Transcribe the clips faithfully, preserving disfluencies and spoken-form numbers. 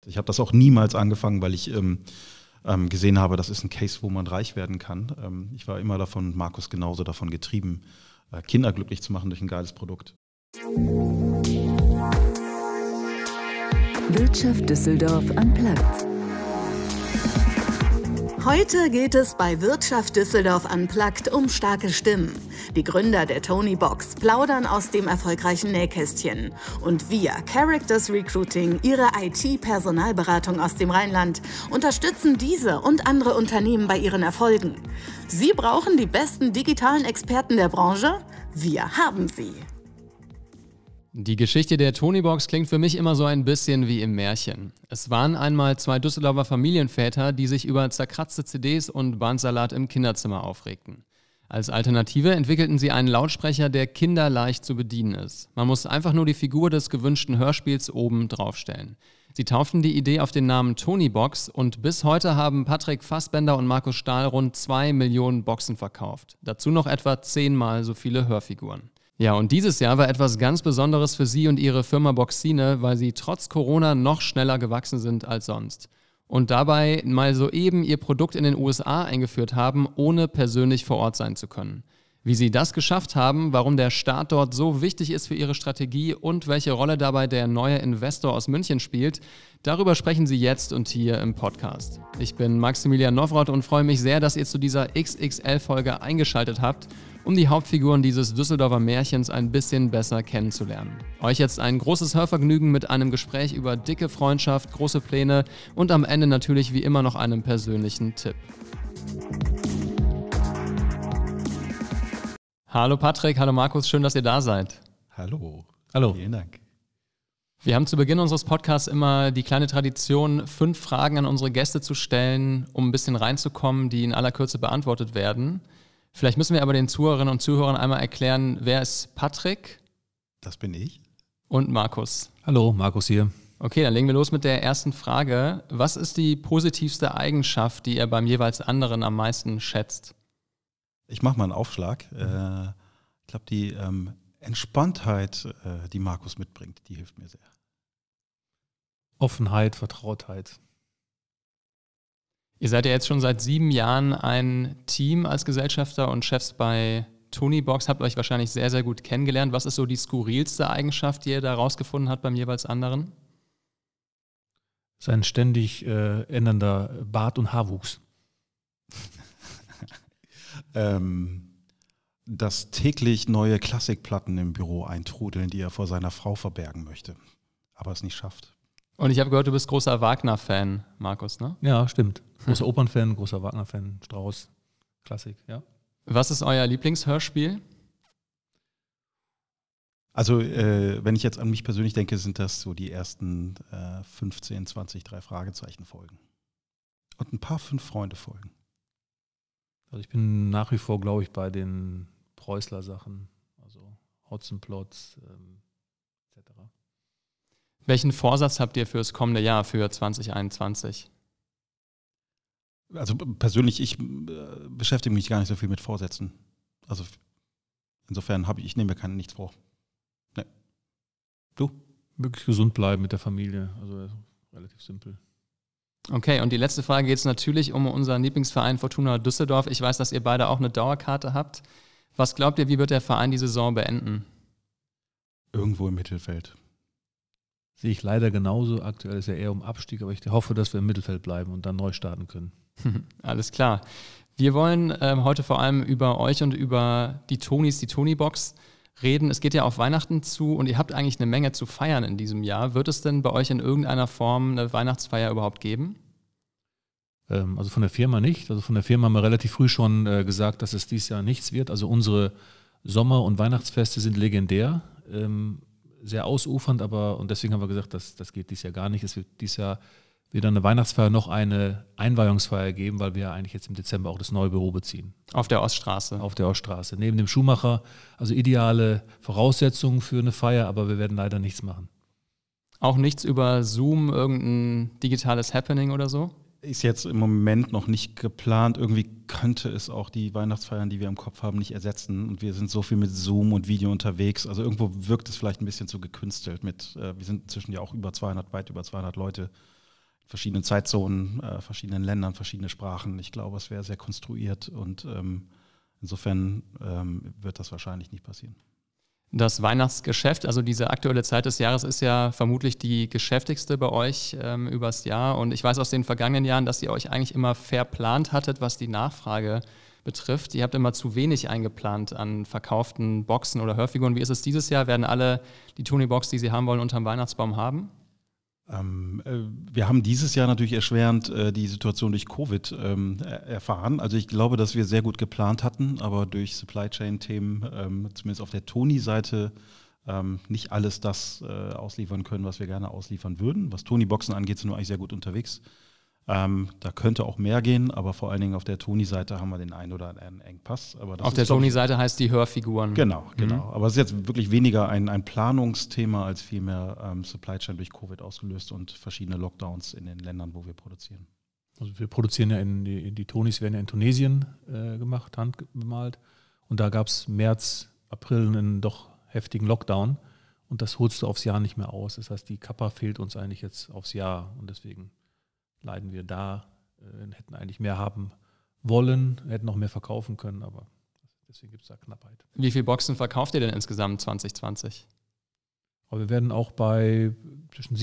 Ich habe das auch niemals angefangen, weil ich ähm, ähm, gesehen habe, das ist ein Case, wo man reich werden kann. Ähm, ich war immer davon, Markus genauso davon getrieben, äh, Kinder glücklich zu machen durch ein geiles Produkt. Wirtschaft Düsseldorf unplugged. Heute geht es bei Wirtschaft Düsseldorf unplugged um starke Stimmen. Die Gründer der Tonybox plaudern aus dem erfolgreichen Nähkästchen. Und wir, Characters Recruiting, ihre I T-Personalberatung aus dem Rheinland, unterstützen diese und andere Unternehmen bei ihren Erfolgen. Sie brauchen die besten digitalen Experten der Branche? Wir haben sie. Die Geschichte der Tonybox klingt für mich immer so ein bisschen wie im Märchen. Es waren einmal zwei Düsseldorfer Familienväter, die sich über zerkratzte C Ds und Bandsalat im Kinderzimmer aufregten. Als Alternative entwickelten sie einen Lautsprecher, der kinderleicht zu bedienen ist. Man muss einfach nur die Figur des gewünschten Hörspiels oben draufstellen. Sie tauften die Idee auf den Namen Tonybox und bis heute haben Patrick Fassbender und Markus Stahl rund zwei Millionen Boxen verkauft. Dazu noch etwa zehnmal so viele Hörfiguren. Ja, und dieses Jahr war etwas ganz Besonderes für Sie und Ihre Firma Boxine, weil Sie trotz Corona noch schneller gewachsen sind als sonst. Und dabei mal soeben Ihr Produkt in den U S A eingeführt haben, ohne persönlich vor Ort sein zu können. Wie Sie das geschafft haben, warum der Start dort so wichtig ist für Ihre Strategie und welche Rolle dabei der neue Investor aus München spielt, darüber sprechen Sie jetzt und hier im Podcast. Ich bin Maximilian Nowroth und freue mich sehr, dass ihr zu dieser X X L-Folge eingeschaltet habt, um die Hauptfiguren dieses Düsseldorfer Märchens ein bisschen besser kennenzulernen. Euch jetzt ein großes Hörvergnügen mit einem Gespräch über dicke Freundschaft, große Pläne und am Ende natürlich wie immer noch einem persönlichen Tipp. Hallo Patrick, hallo Markus, schön, dass ihr da seid. Hallo. Hallo. Vielen Dank. Wir haben zu Beginn unseres Podcasts immer die kleine Tradition, fünf Fragen an unsere Gäste zu stellen, um ein bisschen reinzukommen, die in aller Kürze beantwortet werden. Vielleicht müssen wir aber den Zuhörerinnen und Zuhörern einmal erklären, wer ist Patrick? Das bin ich. Und Markus. Hallo, Markus hier. Okay, dann legen wir los mit der ersten Frage. Was ist die positivste Eigenschaft, die ihr beim jeweils anderen am meisten schätzt? Ich mache mal einen Aufschlag. Äh, ich glaube, die ähm, Entspanntheit, äh, die Markus mitbringt, die hilft mir sehr. Offenheit, Vertrautheit. Ihr seid ja jetzt schon seit sieben Jahren ein Team als Gesellschafter und Chefs bei Tonybox, habt euch wahrscheinlich sehr, sehr gut kennengelernt. Was ist so die skurrilste Eigenschaft, die ihr da rausgefunden habt beim jeweils anderen? Sein ständig äh, ändernder Bart- und Haarwuchs. ähm, dass täglich neue Klassikplatten im Büro eintrudeln, die er vor seiner Frau verbergen möchte, aber es nicht schafft. Und ich habe gehört, du bist großer Wagner-Fan, Markus, ne? Ja, stimmt. Großer Opernfan, großer Wagner-Fan, Strauss, Klassik, ja. Was ist euer Lieblingshörspiel? Also, äh, wenn ich jetzt an mich persönlich denke, sind das so die ersten äh, fünfzehn, zwanzig, drei Fragezeichen-Folgen. Und ein paar Fünf-Freunde-Folgen. Also ich bin nach wie vor, glaube ich, bei den Preußler-Sachen, also Hotzenplotz, ähm, et cetera. Welchen Vorsatz habt ihr fürs kommende Jahr, für zwanzig einundzwanzig? Also persönlich, ich äh, beschäftige mich gar nicht so viel mit Vorsätzen. Also insofern habe ich, ich nehme mir kein, nichts vor. Nee. Du? Wirklich gesund bleiben mit der Familie, also relativ simpel. Okay, und die letzte Frage geht es natürlich um unseren Lieblingsverein Fortuna Düsseldorf. Ich weiß, dass ihr beide auch eine Dauerkarte habt. Was glaubt ihr, wie wird der Verein die Saison beenden? Irgendwo im Mittelfeld. Sehe ich leider genauso. Aktuell ist ja eher um Abstieg, aber ich hoffe, dass wir im Mittelfeld bleiben und dann neu starten können. Alles klar. Wir wollen ähm, heute vor allem über euch und über die Tonys, die Tonybox reden. Es geht ja auf Weihnachten zu und ihr habt eigentlich eine Menge zu feiern in diesem Jahr. Wird es denn bei euch in irgendeiner Form eine Weihnachtsfeier überhaupt geben? Ähm, also von der Firma nicht. Also von der Firma haben wir relativ früh schon äh, gesagt, dass es dieses Jahr nichts wird. Also unsere Sommer- und Weihnachtsfeste sind legendär. Ähm, sehr ausufernd, aber und deswegen haben wir gesagt, das, das geht dieses Jahr gar nicht. Es wird dieses Jahr weder eine Weihnachtsfeier noch eine Einweihungsfeier geben, weil wir eigentlich jetzt im Dezember auch das neue Büro beziehen. Auf der Oststraße? Auf der Oststraße, neben dem Schuhmacher. Also ideale Voraussetzungen für eine Feier, aber wir werden leider nichts machen. Auch nichts über Zoom, irgendein digitales Happening oder so? Ist jetzt im Moment noch nicht geplant. Irgendwie könnte es auch die Weihnachtsfeiern, die wir im Kopf haben, nicht ersetzen. Und wir sind so viel mit Zoom und Video unterwegs. Also irgendwo wirkt es vielleicht ein bisschen zu gekünstelt. Mit, äh, wir sind inzwischen ja auch über zweihundert, weit über zweihundert Leute. verschiedenen Zeitzonen, äh, verschiedenen Ländern, verschiedene Sprachen. Ich glaube, es wäre sehr konstruiert und ähm, insofern ähm, wird das wahrscheinlich nicht passieren. Das Weihnachtsgeschäft, also diese aktuelle Zeit des Jahres, ist ja vermutlich die geschäftigste bei euch ähm, übers Jahr. Und ich weiß aus den vergangenen Jahren, dass ihr euch eigentlich immer verplant hattet, was die Nachfrage betrifft. Ihr habt immer zu wenig eingeplant an verkauften Boxen oder Hörfiguren. Wie ist es dieses Jahr? Werden alle die Tony-Box, die sie haben wollen, unterm Weihnachtsbaum haben? Ähm, äh, wir haben dieses Jahr natürlich erschwerend äh, die Situation durch Covid ähm, erfahren. Also ich glaube, dass wir sehr gut geplant hatten, aber durch Supply Chain-Themen, ähm, zumindest auf der Tony-Seite, ähm, nicht alles das äh, ausliefern können, was wir gerne ausliefern würden. Was Tony-Boxen angeht, sind wir eigentlich sehr gut unterwegs. Ähm, da könnte auch mehr gehen, aber vor allen Dingen auf der Tony-Seite haben wir den einen oder anderen Engpass. Aber das auf der Tony-Seite heißt die Hörfiguren. Genau, genau. Mhm. Aber es ist jetzt wirklich weniger ein, ein Planungsthema als vielmehr ähm, Supply Chain durch Covid ausgelöst und verschiedene Lockdowns in den Ländern, wo wir produzieren. Also wir produzieren ja in die, die Tonys werden ja in Tunesien äh, gemacht, handbemalt. Und da gab es März, April einen doch heftigen Lockdown. Und das holst du aufs Jahr nicht mehr aus. Das heißt, die Kappa fehlt uns eigentlich jetzt aufs Jahr. Und deswegen leiden wir da, äh, hätten eigentlich mehr haben wollen, hätten noch mehr verkaufen können, aber deswegen gibt es da Knappheit. Wie viele Boxen verkauft ihr denn insgesamt zwanzig zwanzig? Aber wir werden auch bei zwischen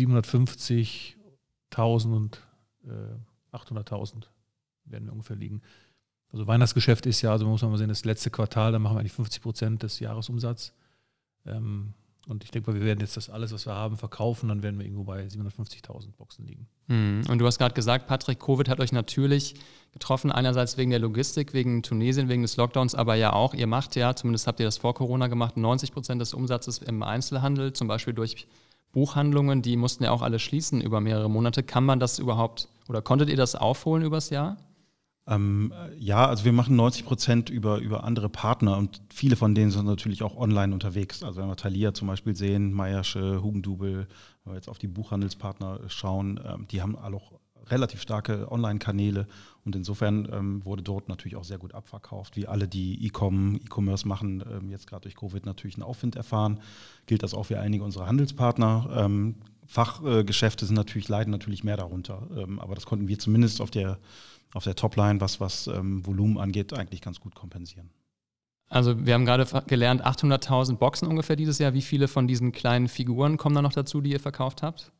siebenhundertfünfzigtausend und äh, achthunderttausend werden wir ungefähr liegen. Also Weihnachtsgeschäft ist ja, also muss man mal sehen, das letzte Quartal, da machen wir eigentlich fünfzig Prozent des Jahresumsatzes. Ähm, Und ich denke mal, wir werden jetzt das alles, was wir haben, verkaufen, dann werden wir irgendwo bei siebenhundertfünfzigtausend Boxen liegen. Und du hast gerade gesagt, Patrick, Covid hat euch natürlich getroffen, einerseits wegen der Logistik, wegen Tunesien, wegen des Lockdowns, aber ja auch, ihr macht ja, zumindest habt ihr das vor Corona gemacht, neunzig Prozent des Umsatzes im Einzelhandel, zum Beispiel durch Buchhandlungen, die mussten ja auch alle schließen über mehrere Monate. Kann man das überhaupt, oder konntet ihr das aufholen übers Jahr? Ähm, ja, also wir machen neunzig Prozent über, über andere Partner und viele von denen sind natürlich auch online unterwegs. Also wenn wir Thalia zum Beispiel sehen, Meiersche, Hugendubel, wenn wir jetzt auf die Buchhandelspartner schauen, ähm, die haben alle auch relativ starke Online-Kanäle und insofern ähm, wurde dort natürlich auch sehr gut abverkauft. Wie alle, die E-Com, E-Commerce machen, ähm, jetzt gerade durch Covid natürlich einen Aufwind erfahren, gilt das auch für einige unserer Handelspartner. Ähm, Fachgeschäfte sind natürlich, leiden natürlich mehr darunter, ähm, aber das konnten wir zumindest auf der auf der Topline, was, was ähm, Volumen angeht, eigentlich ganz gut kompensieren. Also wir haben gerade gelernt, achthunderttausend Boxen ungefähr dieses Jahr. Wie viele von diesen kleinen Figuren kommen da noch dazu, die ihr verkauft habt?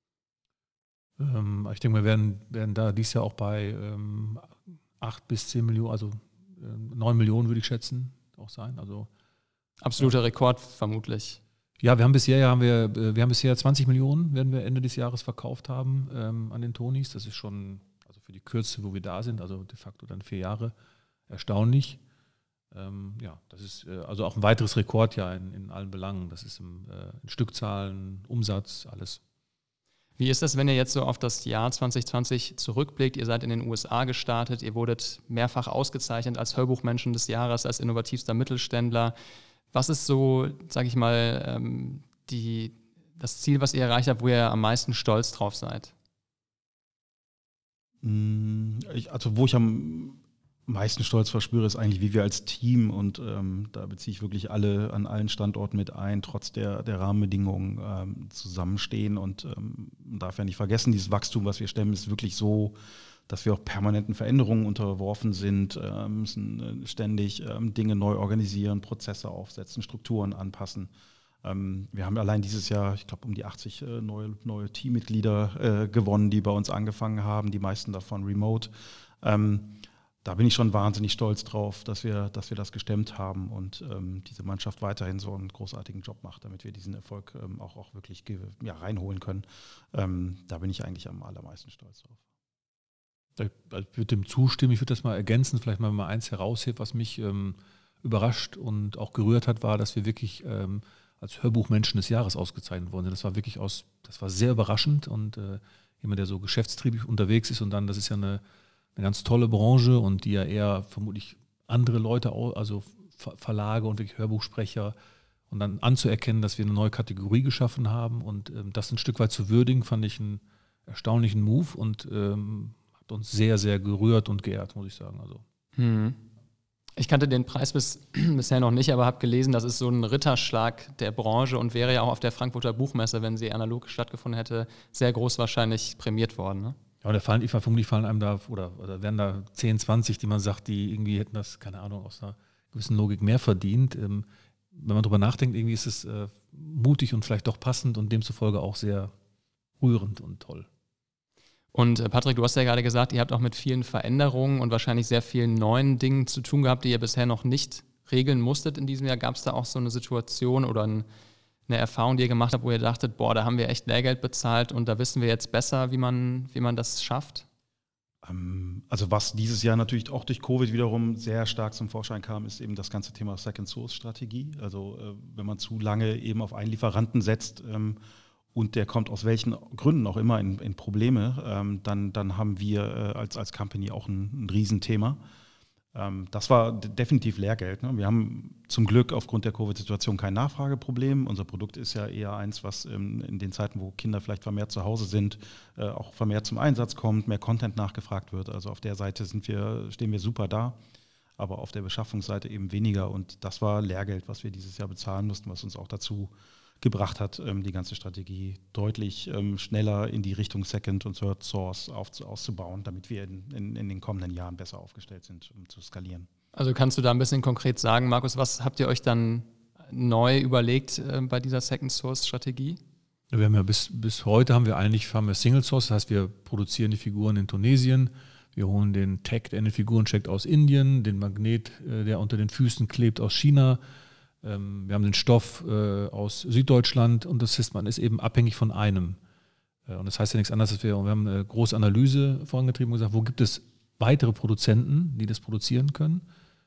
Ähm, ich denke, wir werden, werden da dieses Jahr auch bei ähm, acht bis zehn Millionen, also äh, neun Millionen würde ich schätzen, auch sein. Also absoluter Rekord vermutlich. Ja, wir haben bisher, ja, haben wir, wir haben bisher zwanzig Millionen, werden wir Ende des Jahres verkauft haben ähm, an den Tonys. Das ist schon für die Kürze, wo wir da sind, also de facto dann vier Jahre, erstaunlich. Ähm, ja, das ist äh, also auch ein weiteres Rekordjahr in, in allen Belangen. Das ist im, äh, in Stückzahlen, Umsatz, alles. Wie ist das, wenn ihr jetzt so auf das Jahr zwanzig zwanzig zurückblickt? Ihr seid in den U S A gestartet, ihr wurdet mehrfach ausgezeichnet als Hörbuchmenschen des Jahres, als innovativster Mittelständler. Was ist so, sage ich mal, ähm, die, das Ziel, was ihr erreicht habt, wo ihr am meisten stolz drauf seid? Ich, also wo ich am meisten Stolz verspüre, ist eigentlich, wie wir als Team, und ähm, da beziehe ich wirklich alle an allen Standorten mit ein, trotz der, der Rahmenbedingungen ähm, zusammenstehen. Und ähm, man darf ja nicht vergessen, dieses Wachstum, was wir stemmen, ist wirklich so, dass wir auch permanenten Veränderungen unterworfen sind, äh, müssen äh, ständig ähm, Dinge neu organisieren, Prozesse aufsetzen, Strukturen anpassen. Wir haben allein dieses Jahr, ich glaube, um die achtzig äh, neue, neue Teammitglieder äh, gewonnen, die bei uns angefangen haben, die meisten davon remote. Ähm, da bin ich schon wahnsinnig stolz drauf, dass wir, dass wir das gestemmt haben und ähm, diese Mannschaft weiterhin so einen großartigen Job macht, damit wir diesen Erfolg ähm, auch, auch wirklich ja, reinholen können. Ähm, da bin ich eigentlich am allermeisten stolz drauf. Ich würde dem zustimmen, ich würde das mal ergänzen, vielleicht mal, mal eins herausheben, was mich ähm, überrascht und auch gerührt hat, war, dass wir wirklich ähm, als Hörbuchmenschen des Jahres ausgezeichnet worden sind. Das war wirklich aus, das war sehr überraschend und äh, jemand, der so geschäftstriebig unterwegs ist und dann, das ist ja eine, eine ganz tolle Branche und die ja eher vermutlich andere Leute, also Ver- Verlage und wirklich Hörbuchsprecher und dann anzuerkennen, dass wir eine neue Kategorie geschaffen haben und ähm, das ein Stück weit zu würdigen, fand ich einen erstaunlichen Move und ähm, hat uns sehr, sehr gerührt und geehrt, muss ich sagen. Also. Hm. Ich kannte den Preis bis, bisher noch nicht, aber habe gelesen, das ist so ein Ritterschlag der Branche und wäre ja auch auf der Frankfurter Buchmesse, wenn sie analog stattgefunden hätte, sehr groß wahrscheinlich prämiert worden. Ne? Ja, und da fallen, ich vermutlich fallen einem da, oder, oder werden da zehn, zwanzig, die man sagt, die irgendwie hätten das, keine Ahnung, aus einer gewissen Logik mehr verdient. Ähm, wenn man drüber nachdenkt, irgendwie ist es äh, mutig und vielleicht doch passend und demzufolge auch sehr rührend und toll. Und äh, Patrick, du hast ja gerade gesagt, ihr habt auch mit vielen Veränderungen und wahrscheinlich sehr vielen neuen Dingen zu tun gehabt, die ihr bisher noch nicht regeln musstet in diesem Jahr. Gab es da auch so eine Situation oder ein, eine Erfahrung, die ihr gemacht habt, wo ihr dachtet, boah, da haben wir echt Lehrgeld bezahlt und da wissen wir jetzt besser, wie man, wie man das schafft? Also was dieses Jahr natürlich auch durch Covid wiederum sehr stark zum Vorschein kam, ist eben das ganze Thema Second-Source-Strategie. Also wenn man zu lange eben auf einen Lieferanten setzt, und der kommt aus welchen Gründen auch immer in, in Probleme, ähm, dann, dann haben wir äh, als, als Company auch ein, ein Riesenthema. Ähm, das war d- definitiv Lehrgeld. Ne? Wir haben zum Glück aufgrund der Covid-Situation kein Nachfrageproblem. Unser Produkt ist ja eher eins, was ähm, in den Zeiten, wo Kinder vielleicht vermehrt zu Hause sind, äh, auch vermehrt zum Einsatz kommt, mehr Content nachgefragt wird. Also auf der Seite sind wir, stehen wir super da, aber auf der Beschaffungsseite eben weniger. Und das war Lehrgeld, was wir dieses Jahr bezahlen mussten, was uns auch dazu gebracht hat, die ganze Strategie deutlich schneller in die Richtung Second und Third Source auszubauen, damit wir in, in, in den kommenden Jahren besser aufgestellt sind, um zu skalieren. Also kannst du da ein bisschen konkret sagen, Markus, was habt ihr euch dann neu überlegt äh, bei dieser Second Source Strategie? Wir haben ja bis, bis heute haben wir eigentlich haben wir Single Source, das heißt, wir produzieren die Figuren in Tunesien, wir holen den Tag, der in den Figuren steckt, aus Indien, den Magnet, der unter den Füßen klebt, aus China. Wir haben den Stoff äh, aus Süddeutschland und das heißt, man ist eben abhängig von einem. Äh, und das heißt ja nichts anderes, als wir, wir haben eine große Analyse vorangetrieben und gesagt, wo gibt es weitere Produzenten, die das produzieren können.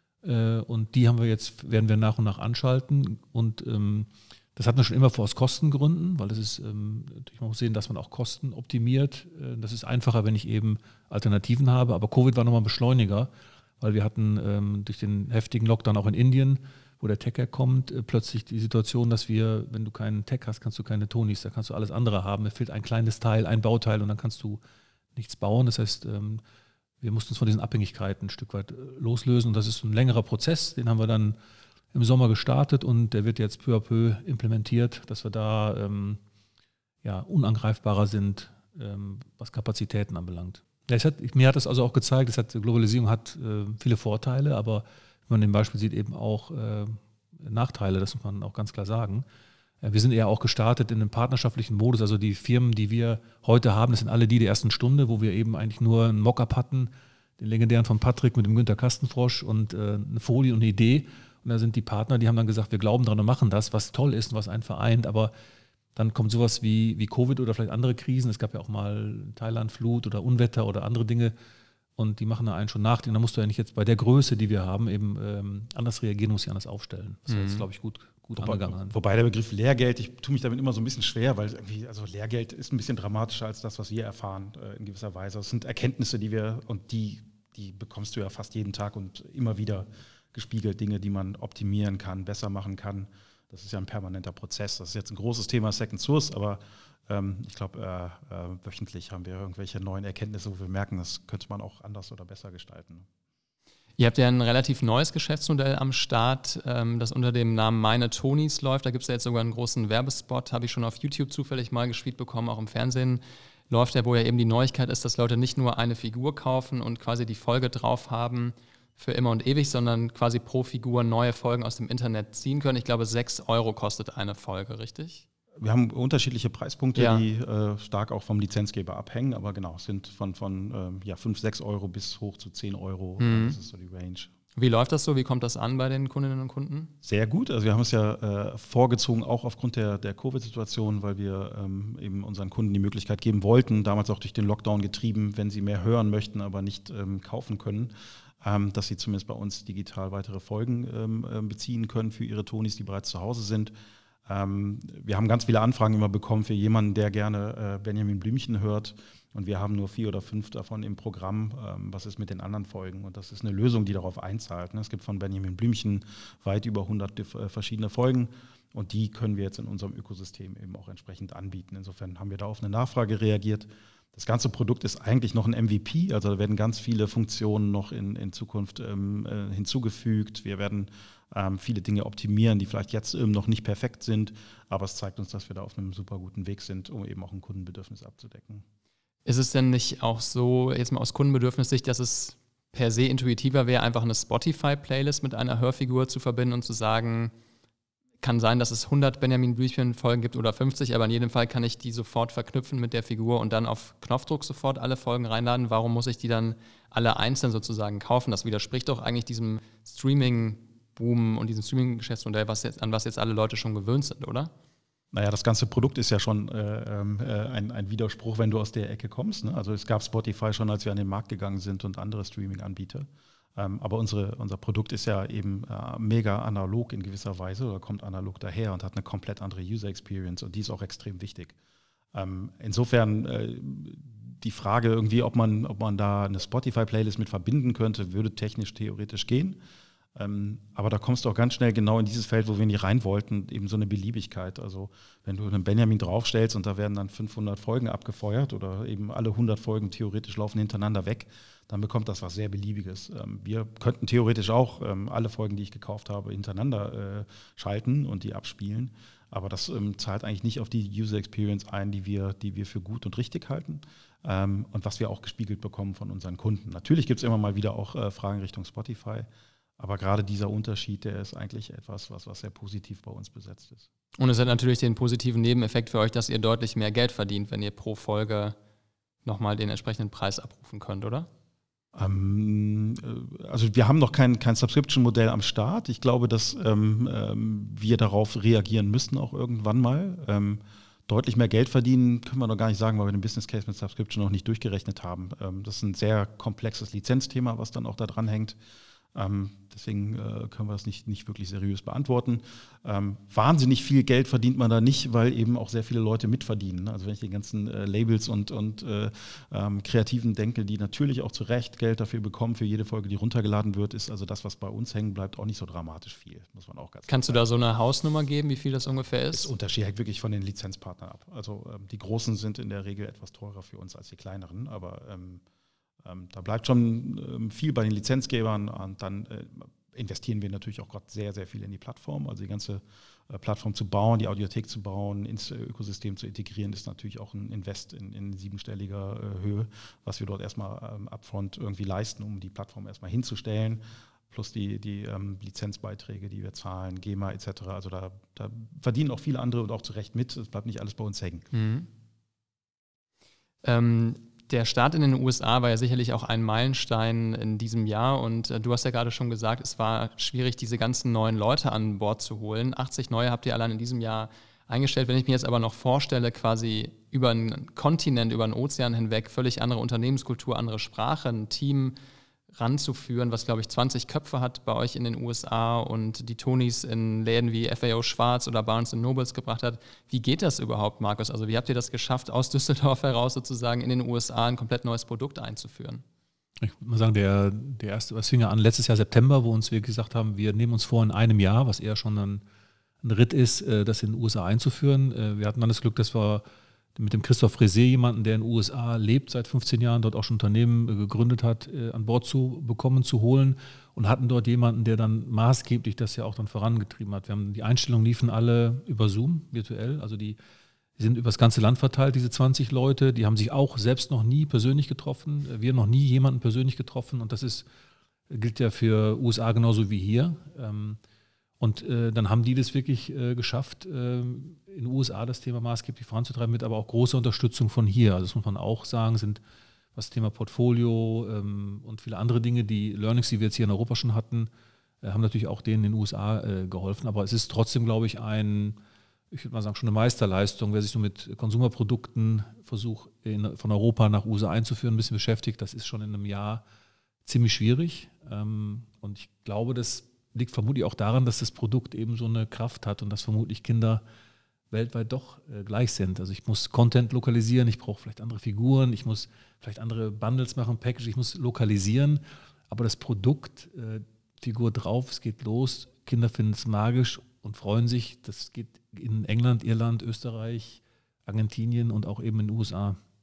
Äh, und die haben wir jetzt, werden wir nach und nach anschalten. Und ähm, das hatten wir schon immer vor aus Kostengründen, weil das ist, ähm, natürlich man muss sehen, dass man auch Kosten optimiert. Äh, das ist einfacher, wenn ich eben Alternativen habe. Aber Covid war nochmal ein Beschleuniger, weil wir hatten ähm, durch den heftigen Lockdown auch in Indien, wo der Tech herkommt, äh, plötzlich die Situation, dass wir, wenn du keinen Tech hast, kannst du keine Tonys, da kannst du alles andere haben. Es fehlt ein kleines Teil, ein Bauteil und dann kannst du nichts bauen. Das heißt, ähm, wir mussten uns von diesen Abhängigkeiten ein Stück weit äh, loslösen und das ist ein längerer Prozess, den haben wir dann im Sommer gestartet und der wird jetzt peu à peu implementiert, dass wir da ähm, ja, unangreifbarer sind, ähm, was Kapazitäten anbelangt. Ja, es hat, mir hat das also auch gezeigt, es hat, Globalisierung hat äh, viele Vorteile, aber wenn man im Beispiel sieht, eben auch äh, Nachteile, das muss man auch ganz klar sagen. Äh, wir sind eher auch gestartet in einem partnerschaftlichen Modus, also die Firmen, die wir heute haben, das sind alle die der ersten Stunde, wo wir eben eigentlich nur einen Mockup hatten, den legendären von Patrick mit dem Günter Kastenfrosch und äh, eine Folie und eine Idee. Und da sind die Partner, die haben dann gesagt, wir glauben dran und machen das, was toll ist und was einen vereint, aber dann kommt sowas wie, wie Covid oder vielleicht andere Krisen, es gab ja auch mal Thailand-Flut oder Unwetter oder andere Dinge, und die machen da einen schon nach. Da musst du ja nicht jetzt bei der Größe, die wir haben, eben ähm, anders reagieren, muss ich anders aufstellen. Das ist mhm. jetzt, glaube ich, gut, gut wobei, angegangen. Wobei der Begriff Lehrgeld, ich tue mich damit immer so ein bisschen schwer, weil irgendwie, also Lehrgeld ist ein bisschen dramatischer als das, was wir erfahren, äh, in gewisser Weise. Es sind Erkenntnisse, die wir, und die, die bekommst du ja fast jeden Tag und immer wieder gespiegelt, Dinge, die man optimieren kann, besser machen kann. Das ist ja ein permanenter Prozess. Das ist jetzt ein großes Thema Second Source, aber ähm, ich glaube, äh, äh, wöchentlich haben wir irgendwelche neuen Erkenntnisse, wo wir merken, das könnte man auch anders oder besser gestalten. Ihr habt ja ein relativ neues Geschäftsmodell am Start, ähm, das unter dem Namen Meine Tonys läuft. Da gibt es ja jetzt sogar einen großen Werbespot, habe ich schon auf YouTube zufällig mal gespielt bekommen, auch im Fernsehen läuft der, wo ja eben die Neuigkeit ist, dass Leute nicht nur eine Figur kaufen und quasi die Folge drauf haben für immer und ewig, sondern quasi pro Figur neue Folgen aus dem Internet ziehen können. Ich glaube, sechs Euro kostet eine Folge, richtig? Wir haben unterschiedliche Preispunkte, ja. die äh, stark auch vom Lizenzgeber abhängen, aber genau, es sind von, von ähm, ja, fünf, sechs Euro bis hoch zu zehn Euro. Mhm. Das ist so die Range. Wie läuft das so? Wie kommt das an bei den Kundinnen und Kunden? Sehr gut. Also wir haben es ja äh, vorgezogen, auch aufgrund der, der Covid-Situation, weil wir ähm, eben unseren Kunden die Möglichkeit geben wollten, damals auch durch den Lockdown getrieben, wenn sie mehr hören möchten, aber nicht ähm, kaufen können, ähm, dass sie zumindest bei uns digital weitere Folgen ähm, beziehen können für ihre Tonys, die bereits zu Hause sind. Ähm, wir haben ganz viele Anfragen immer bekommen für jemanden, der gerne äh, Benjamin Blümchen hört. Und wir haben nur vier oder fünf davon im Programm. Ähm, was ist mit den anderen Folgen? Und das ist eine Lösung, die darauf einzahlt. Ne? Es gibt von Benjamin Blümchen weit über hundert äh, verschiedene Folgen. Und die können wir jetzt in unserem Ökosystem eben auch entsprechend anbieten. Insofern haben wir da auf eine Nachfrage reagiert. Das ganze Produkt ist eigentlich noch ein M V P, also da werden ganz viele Funktionen noch in, in Zukunft ähm, äh, hinzugefügt. Wir werden ähm, viele Dinge optimieren, die vielleicht jetzt ähm, noch nicht perfekt sind, aber es zeigt uns, dass wir da auf einem super guten Weg sind, um eben auch ein Kundenbedürfnis abzudecken. Ist es denn nicht auch so, jetzt mal aus Kundenbedürfnissicht, dass es per se intuitiver wäre, einfach eine Spotify-Playlist mit einer Hörfigur zu verbinden und zu sagen, kann sein, dass es hundert Benjamin Blümchen-Folgen gibt oder fünfzig, aber in jedem Fall kann ich die sofort verknüpfen mit der Figur und dann auf Knopfdruck sofort alle Folgen reinladen. Warum muss ich die dann alle einzeln sozusagen kaufen? Das widerspricht doch eigentlich diesem Streaming-Boom und diesem Streaming-Geschäftsmodell, was jetzt, an was jetzt alle Leute schon gewöhnt sind, oder? Naja, das ganze Produkt ist ja schon äh, äh, ein, ein Widerspruch, wenn du aus der Ecke kommst. Ne? Also es gab Spotify schon, als wir an den Markt gegangen sind und andere Streaming-Anbieter. Ähm, aber unsere, unser Produkt ist ja eben äh, mega analog in gewisser Weise oder kommt analog daher und hat eine komplett andere User-Experience und die ist auch extrem wichtig. Ähm, insofern äh, die Frage irgendwie, ob man, ob man da eine Spotify-Playlist mit verbinden könnte, würde technisch, theoretisch gehen. Ähm, aber da kommst du auch ganz schnell genau in dieses Feld, wo wir nicht rein wollten, eben so eine Beliebigkeit. Also wenn du einen Benjamin draufstellst und da werden dann fünfhundert Folgen abgefeuert oder eben alle hundert Folgen theoretisch laufen hintereinander weg, dann bekommt das was sehr Beliebiges. Ähm, wir könnten theoretisch auch ähm, alle Folgen, die ich gekauft habe, hintereinander äh, schalten und die abspielen. Aber das ähm, zahlt eigentlich nicht auf die User Experience ein, die wir, die wir für gut und richtig halten ähm, und was wir auch gespiegelt bekommen von unseren Kunden. Natürlich gibt es immer mal wieder auch äh, Fragen Richtung Spotify. Aber gerade dieser Unterschied, der ist eigentlich etwas, was, was sehr positiv bei uns besetzt ist. Und es hat natürlich den positiven Nebeneffekt für euch, dass ihr deutlich mehr Geld verdient, wenn ihr pro Folge nochmal den entsprechenden Preis abrufen könnt, oder? Ähm, also wir haben noch kein, kein Subscription-Modell am Start. Ich glaube, dass ähm, ähm, wir darauf reagieren müssten auch irgendwann mal. Ähm, deutlich mehr Geld verdienen können wir noch gar nicht sagen, weil wir den Business Case mit Subscription noch nicht durchgerechnet haben. Ähm, das ist ein sehr komplexes Lizenzthema, was dann auch da dran hängt. Ähm, deswegen äh, können wir das nicht, nicht wirklich seriös beantworten. Ähm, wahnsinnig viel Geld verdient man da nicht, weil eben auch sehr viele Leute mitverdienen. Ne? Also wenn ich die ganzen äh, Labels und, und äh, ähm, Kreativen denke, die natürlich auch zu Recht Geld dafür bekommen, für jede Folge, die runtergeladen wird, ist also das, was bei uns hängen bleibt, auch nicht so dramatisch viel, muss man auch ganz Kannst du da so eine Hausnummer geben, wie viel das ungefähr ist? Das Unterschied hängt wirklich von den Lizenzpartnern ab. Also ähm, die Großen sind in der Regel etwas teurer für uns als die kleineren, aber ähm, Ähm, da bleibt schon ähm, viel bei den Lizenzgebern und dann äh, investieren wir natürlich auch gerade sehr, sehr viel in die Plattform. Also die ganze äh, Plattform zu bauen, die Audiothek zu bauen, ins äh, Ökosystem zu integrieren, ist natürlich auch ein Invest in, in siebenstelliger äh, Höhe, was wir dort erstmal ähm, upfront irgendwie leisten, um die Plattform erstmal hinzustellen, plus die, die ähm, Lizenzbeiträge, die wir zahlen, GEMA et cetera. Also da, da verdienen auch viele andere und auch zu Recht mit. Es bleibt nicht alles bei uns hängen. Mhm. Ähm, Der Start in den U S A war ja sicherlich auch ein Meilenstein in diesem Jahr und äh, du hast ja gerade schon gesagt, es war schwierig, diese ganzen neuen Leute an Bord zu holen. achtzig neue habt ihr allein in diesem Jahr eingestellt. Wenn ich mir jetzt aber noch vorstelle, quasi über einen Kontinent, über einen Ozean hinweg, völlig andere Unternehmenskultur, andere Sprache, ein Team ranzuführen, was, glaube ich, zwanzig Köpfe hat bei euch in den U S A und die Tonys in Läden wie F A O Schwarz oder Barnes and Nobles gebracht hat. Wie geht das überhaupt, Markus? Also wie habt ihr das geschafft, aus Düsseldorf heraus sozusagen in den U S A ein komplett neues Produkt einzuführen? Ich würde mal sagen, der, der erste, was fing ja an letztes Jahr September, wo uns wir gesagt haben, wir nehmen uns vor, in einem Jahr, was eher schon ein, ein Ritt ist, das in den U S A einzuführen. Wir hatten dann das Glück, dass wir mit dem Christoph Frese jemanden, der in den U S A lebt, seit fünfzehn Jahren, dort auch schon Unternehmen gegründet hat, an Bord zu bekommen, zu holen und hatten dort jemanden, der dann maßgeblich das ja auch dann vorangetrieben hat. Wir haben die Einstellungen liefen alle über Zoom, virtuell, also die sind über das ganze Land verteilt, diese zwanzig Leute, die haben sich auch selbst noch nie persönlich getroffen, wir haben noch nie jemanden persönlich getroffen und das ist, gilt ja für U S A genauso wie hier. Und äh, dann haben die das wirklich äh, geschafft, äh, in den U S A das Thema maßgeblich voranzutreiben, mit aber auch großer Unterstützung von hier. Also das muss man auch sagen, sind was das Thema Portfolio ähm, und viele andere Dinge, die Learnings, die wir jetzt hier in Europa schon hatten, äh, haben natürlich auch denen in den U S A äh, geholfen. Aber es ist trotzdem, glaube ich, ein, ich würde mal sagen, schon eine Meisterleistung. Wer sich so mit Konsumerprodukten versucht, in, von Europa nach U S A einzuführen, ein bisschen beschäftigt, das ist schon in einem Jahr ziemlich schwierig. Ähm, und ich glaube, das liegt vermutlich auch daran, dass das Produkt eben so eine Kraft hat und dass vermutlich Kinder weltweit doch äh, gleich sind. Also ich muss Content lokalisieren, ich brauche vielleicht andere Figuren, ich muss vielleicht andere Bundles machen, Package, ich muss lokalisieren, aber das Produkt, äh, Figur drauf, es geht los, Kinder finden es magisch und freuen sich. Das geht in England, Irland, Österreich, Argentinien und auch eben in den U S A.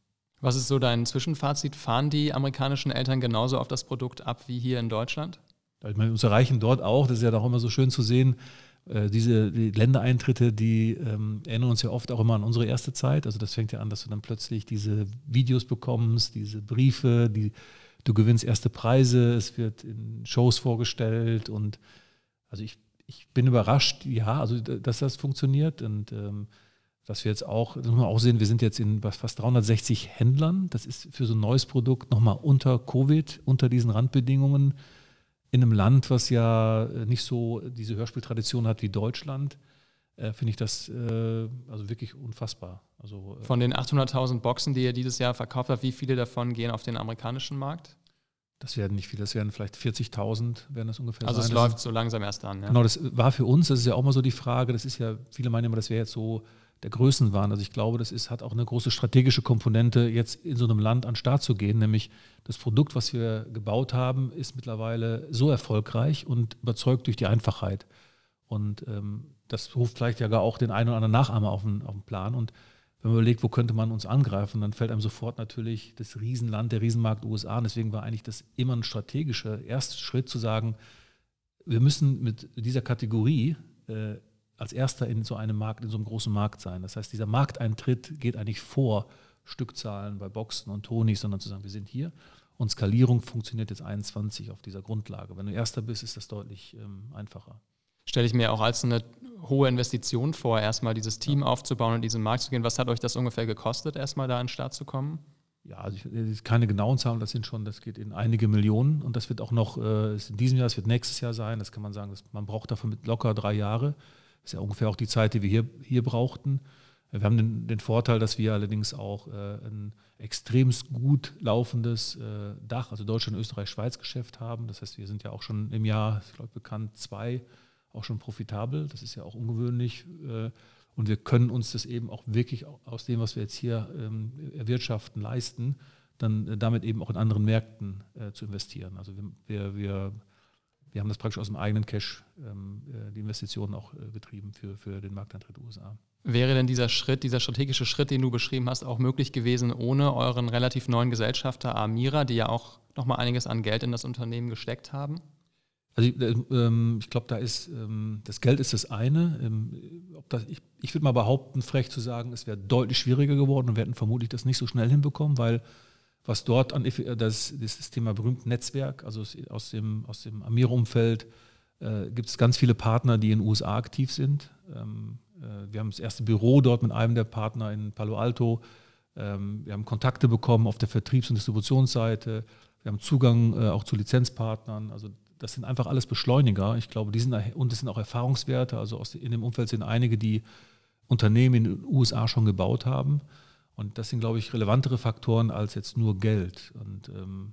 Was ist so dein Zwischenfazit? Fahren die amerikanischen Eltern genauso auf das Produkt ab wie hier in Deutschland? Ich meine, uns erreichen dort auch, das ist ja auch immer so schön zu sehen, äh, diese die Ländereintritte, die ähm, erinnern uns ja oft auch immer an unsere erste Zeit. Also das fängt ja an, dass du dann plötzlich diese Videos bekommst, diese Briefe, die, du gewinnst erste Preise, es wird in Shows vorgestellt und also ich, ich bin überrascht, ja, also dass das funktioniert und ähm, dass wir jetzt auch, das muss man auch sehen, wir sind jetzt in fast dreihundertsechzig Händlern, das ist für so ein neues Produkt nochmal unter Covid, unter diesen Randbedingungen, in einem Land, was ja nicht so diese Hörspieltradition hat wie Deutschland, äh, finde ich das äh, also wirklich unfassbar. Also, äh, Von den achthunderttausend Boxen, die ihr dieses Jahr verkauft habt, wie viele davon gehen auf den amerikanischen Markt? Das werden nicht viele, das werden vielleicht vierzigtausend, werden das ungefähr also sein. Also es läuft so langsam erst an. Ja? Genau, das war für uns, das ist ja auch mal so die Frage, das ist ja, viele meinen immer, das wäre jetzt so der Größenwahn. Also ich glaube, das ist, hat auch eine große strategische Komponente, jetzt in so einem Land an den Start zu gehen, nämlich das Produkt, was wir gebaut haben, ist mittlerweile so erfolgreich und überzeugt durch die Einfachheit. Und ähm, das ruft vielleicht ja gar auch den einen oder anderen Nachahmer auf den, auf den Plan. Und wenn man überlegt, wo könnte man uns angreifen, dann fällt einem sofort natürlich das Riesenland, der Riesenmarkt U S A. Und deswegen war eigentlich das immer ein strategischer erster Schritt zu sagen, wir müssen mit dieser Kategorie äh, als erster in so einem Markt, in so einem großen Markt sein. Das heißt, dieser Markteintritt geht eigentlich vor Stückzahlen bei Boxen und Tonys, sondern zu sagen, wir sind hier und Skalierung funktioniert jetzt einundzwanzig auf dieser Grundlage. Wenn du Erster bist, ist das deutlich ähm, einfacher. Stelle ich mir auch als eine hohe Investition vor, erstmal dieses Team ja. aufzubauen und in diesen Markt zu gehen. Was hat euch das ungefähr gekostet, erstmal da an den Start zu kommen? Ja, also ich, keine genauen Zahlen, das sind schon, das geht in einige Millionen und das wird auch noch äh, in diesem Jahr, das wird nächstes Jahr sein, das kann man sagen, das, man braucht dafür mit locker drei Jahre. Das ist ja ungefähr auch die Zeit, die wir hier, hier brauchten. Wir haben den, den Vorteil, dass wir allerdings auch äh, ein extremst gut laufendes äh, Dach, also Deutschland, Österreich, Schweiz Geschäft haben. Das heißt, wir sind ja auch schon im Jahr, ich glaube bekannt, zwei auch schon profitabel. Das ist ja auch ungewöhnlich. Äh, und wir können uns das eben auch wirklich aus dem, was wir jetzt hier ähm, erwirtschaften, leisten, dann äh, damit eben auch in anderen Märkten äh, zu investieren. Also wir, wir, wir haben das praktisch aus dem eigenen Cash, ähm, die Investitionen auch äh, getrieben für, für den Markteintritt U S A. Wäre denn dieser Schritt, dieser strategische Schritt, den du beschrieben hast, auch möglich gewesen ohne euren relativ neuen Gesellschafter Amira, die ja auch nochmal einiges an Geld in das Unternehmen gesteckt haben? Also ähm, ich glaube, da ist ähm, das Geld ist das eine. Ähm, ob das, ich ich würde mal behaupten, frech zu sagen, es wäre deutlich schwieriger geworden und wir hätten vermutlich das nicht so schnell hinbekommen, weil was dort an das, das Thema berühmte Netzwerk, also aus dem, aus dem Amira-Umfeld, äh, gibt es ganz viele Partner, die in den U S A aktiv sind. Ähm, äh, wir haben das erste Büro dort mit einem der Partner in Palo Alto. Ähm, wir haben Kontakte bekommen auf der Vertriebs- und Distributionsseite. Wir haben Zugang äh, auch zu Lizenzpartnern. Also das sind einfach alles Beschleuniger. Ich glaube, die sind, und es sind auch Erfahrungswerte. Also aus, in dem Umfeld sind einige, die Unternehmen in den U S A schon gebaut haben. Und das sind, glaube ich, relevantere Faktoren als jetzt nur Geld. Und ähm,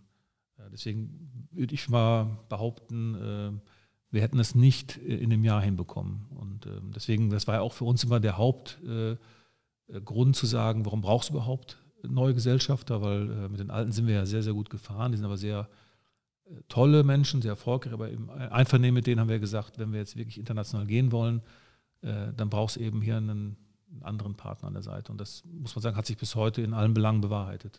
deswegen würde ich mal behaupten, äh, wir hätten es nicht in dem Jahr hinbekommen. Und ähm, deswegen, das war ja auch für uns immer der Hauptgrund äh, zu sagen, warum brauchst du überhaupt neue Gesellschafter? Weil äh, mit den Alten sind wir ja sehr, sehr gut gefahren. Die sind aber sehr äh, tolle Menschen, sehr erfolgreich. Aber im Einvernehmen mit denen haben wir gesagt, wenn wir jetzt wirklich international gehen wollen, äh, dann brauchst du eben hier einen, einen anderen Partner an der Seite. Und das, muss man sagen, hat sich bis heute in allen Belangen bewahrheitet.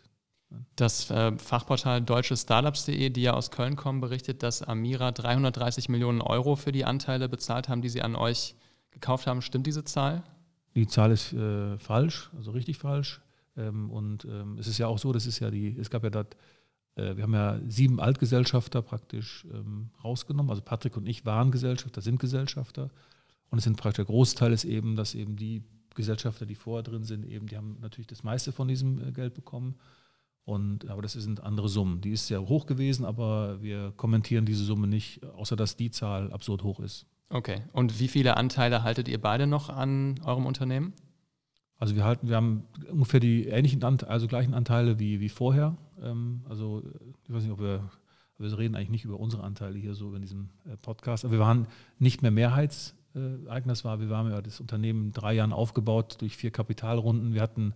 Das äh, Fachportal deutsche startups punkt de, die ja aus Köln kommen, berichtet, dass Amira dreihundertdreißig Millionen Euro für die Anteile bezahlt haben, die sie an euch gekauft haben. Stimmt diese Zahl? Die Zahl ist äh, falsch, also richtig falsch. Ähm, und ähm, es ist ja auch so, das ist ja die, es gab ja dort, äh, wir haben ja sieben Altgesellschafter praktisch ähm, rausgenommen. Also Patrick und ich waren Gesellschafter, sind Gesellschafter. Und es sind praktisch, der Großteil ist eben, dass eben die Gesellschafter, die vorher drin sind, eben, die haben natürlich das meiste von diesem äh, Geld bekommen. Und, aber das sind andere Summen. Die ist sehr hoch gewesen, aber wir kommentieren diese Summe nicht, außer dass die Zahl absurd hoch ist. Okay. Und wie viele Anteile haltet ihr beide noch an eurem Unternehmen? Also wir halten, wir haben ungefähr die ähnlichen, also gleichen Anteile wie, wie vorher. Also ich weiß nicht, ob wir, wir reden eigentlich nicht über unsere Anteile hier so in diesem Podcast, aber wir waren nicht mehr Mehrheitseigner. Das war, wir haben ja das Unternehmen in drei Jahren aufgebaut durch vier Kapitalrunden. Wir hatten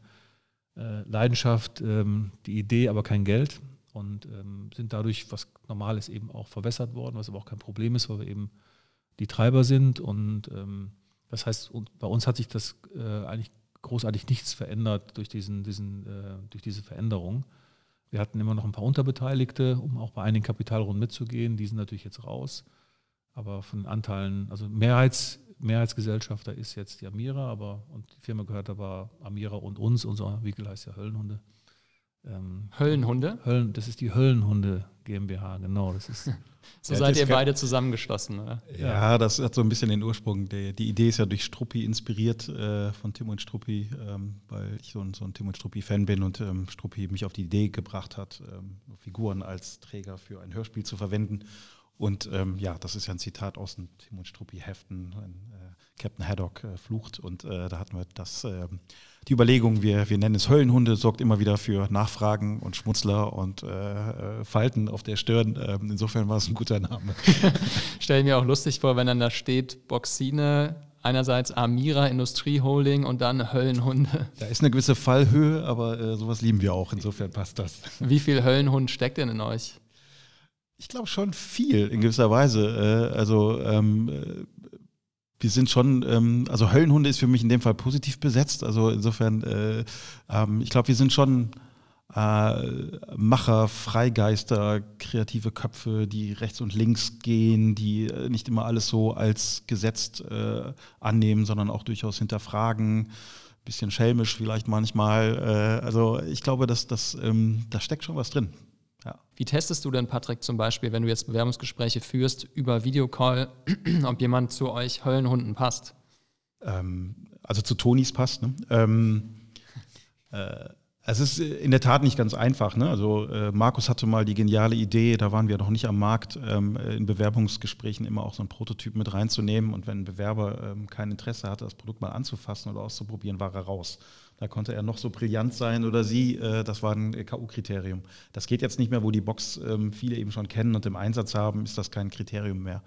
Leidenschaft, ähm, die Idee, aber kein Geld und ähm, sind dadurch, was normal ist, eben auch verwässert worden, was aber auch kein Problem ist, weil wir eben die Treiber sind und ähm, das heißt, und bei uns hat sich das äh, eigentlich großartig nichts verändert durch, diesen, diesen, äh, durch diese Veränderung. Wir hatten immer noch ein paar Unterbeteiligte, um auch bei einigen Kapitalrunden mitzugehen. Die sind natürlich jetzt raus. Aber von den Anteilen, also Mehrheits, Mehrheitsgesellschafter ist jetzt die Amira, aber und die Firma gehört aber Amira und uns. Unser Vehikel heißt ja Höllenhunde. Ähm, Höllenhunde? Höllen, das ist die Höllenhunde GmbH, genau. Das ist so ja, seid ihr beide zusammengeschlossen, oder? Ja, das hat so ein bisschen den Ursprung. Die, die Idee ist ja durch Struppi inspiriert, äh, von Tim und Struppi, ähm, weil ich so ein, so ein Tim und Struppi-Fan bin und ähm, Struppi mich auf die Idee gebracht hat, ähm, Figuren als Träger für ein Hörspiel zu verwenden. Und ähm, ja, das ist ja ein Zitat aus den Tim und Struppi-Heften, wenn äh, Captain Haddock äh, flucht. Und äh, da hatten wir das, äh, die Überlegung, wir, wir nennen es Höllenhunde, sorgt immer wieder für Nachfragen und Schmutzler und äh, Falten auf der Stirn. Ähm, insofern war es ein guter Name. Stell mir auch lustig vor, wenn dann da steht Boxine, einerseits Amira Industrie Holding und dann Höllenhunde. Da ist eine gewisse Fallhöhe, aber äh, sowas lieben wir auch. Insofern passt das. Wie viel Höllenhund steckt denn in euch? Ich glaube schon viel in gewisser Weise. Äh, also ähm, wir sind schon, ähm, also Höllenhunde ist für mich in dem Fall positiv besetzt. Also insofern, äh, ähm, ich glaube, wir sind schon äh, Macher, Freigeister, kreative Köpfe, die rechts und links gehen, die äh, nicht immer alles so als gesetzt äh, annehmen, sondern auch durchaus hinterfragen. Bisschen schelmisch vielleicht manchmal. Äh, also ich glaube, dass, dass, ähm, da steckt schon was drin. Ja. Wie testest du denn, Patrick, zum Beispiel, wenn du jetzt Bewerbungsgespräche führst über Videocall, ob jemand zu euch Höllenhunden passt? Ähm, also zu Tonis passt. Ne? Ähm, äh, es ist in der Tat nicht ganz einfach. Ne? Also äh, Markus hatte mal die geniale Idee, da waren wir noch nicht am Markt, ähm, in Bewerbungsgesprächen immer auch so einen Prototyp mit reinzunehmen. Und wenn ein Bewerber ähm, kein Interesse hatte, das Produkt mal anzufassen oder auszuprobieren, war er raus. Da konnte er noch so brillant sein oder sie, äh, das war ein K U-Kriterium. Das geht jetzt nicht mehr, wo die Box ähm, viele eben schon kennen und im Einsatz haben, ist das kein Kriterium mehr.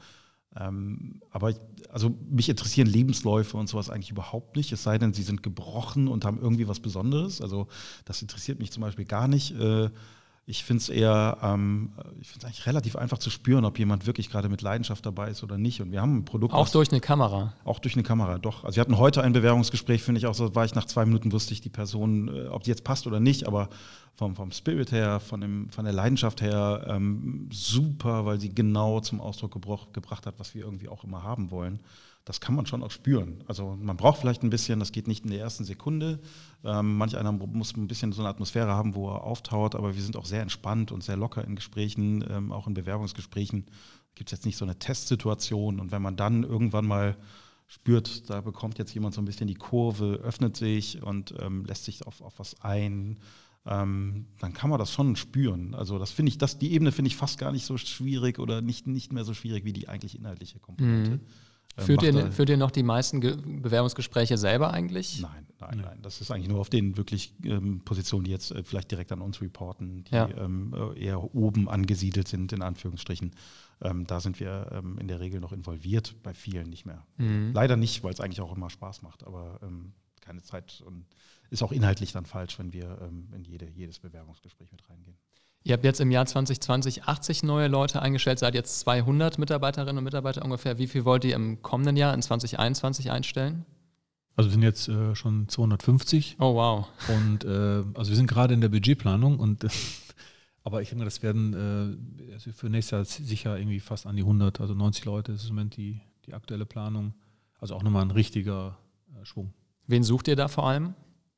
Ähm, aber ich, also mich interessieren Lebensläufe und sowas eigentlich überhaupt nicht, es sei denn, sie sind gebrochen und haben irgendwie was Besonderes. Also das interessiert mich zum Beispiel gar nicht. Äh, Ich finde es eher, ähm, ich finde es eigentlich relativ einfach zu spüren, ob jemand wirklich gerade mit Leidenschaft dabei ist oder nicht. Und wir haben ein Produkt. Auch durch eine Kamera? Auch durch eine Kamera, doch. Also wir hatten heute ein Bewerbungsgespräch, finde ich auch so, war ich nach zwei Minuten, wusste ich die Person, äh, ob die jetzt passt oder nicht, aber vom, vom Spirit her, von, dem, von der Leidenschaft her ähm, super, weil sie genau zum Ausdruck gebroch, gebracht hat, was wir irgendwie auch immer haben wollen. Das kann man schon auch spüren. Also man braucht vielleicht ein bisschen, das geht nicht in der ersten Sekunde. Ähm, manch einer muss ein bisschen so eine Atmosphäre haben, wo er auftaut, aber wir sind auch sehr entspannt und sehr locker in Gesprächen, ähm, auch in Bewerbungsgesprächen. Gibt es jetzt nicht so eine Testsituation. Und wenn man dann irgendwann mal spürt, da bekommt jetzt jemand so ein bisschen die Kurve, öffnet sich und ähm, lässt sich auf, auf was ein, ähm, dann kann man das schon spüren. Also das finde ich, das, die Ebene finde ich fast gar nicht so schwierig oder nicht, nicht mehr so schwierig wie die eigentlich inhaltliche Komponente. Mhm. Führt ihr, führt ihr noch die meisten Ge- Bewerbungsgespräche selber eigentlich? Nein, nein, nein. Das ist eigentlich nur auf den wirklich ähm, Positionen, die jetzt äh, vielleicht direkt an uns reporten, die ja. ähm, eher oben angesiedelt sind, in Anführungsstrichen. Ähm, da sind wir ähm, in der Regel noch involviert, bei vielen nicht mehr. Mhm. Leider nicht, weil es eigentlich auch immer Spaß macht, aber ähm, keine Zeit und ist auch inhaltlich dann falsch, wenn wir ähm, in jede, jedes Bewerbungsgespräch mit reingehen. Ihr habt jetzt im Jahr zwanzig zwanzig achtzig neue Leute eingestellt, seid jetzt zweihundert Mitarbeiterinnen und Mitarbeiter ungefähr. Wie viel wollt ihr im kommenden Jahr, in zwanzig einundzwanzig, einstellen? Also wir sind jetzt äh, schon zweihundertfünfzig. Oh wow. Und äh, also wir sind gerade in der Budgetplanung und äh, aber ich denke, das werden äh, also für nächstes Jahr sicher irgendwie fast an die hundert, also neunzig Leute ist im Moment die, die aktuelle Planung. Also auch nochmal ein richtiger äh, Schwung. Wen sucht ihr da vor allem?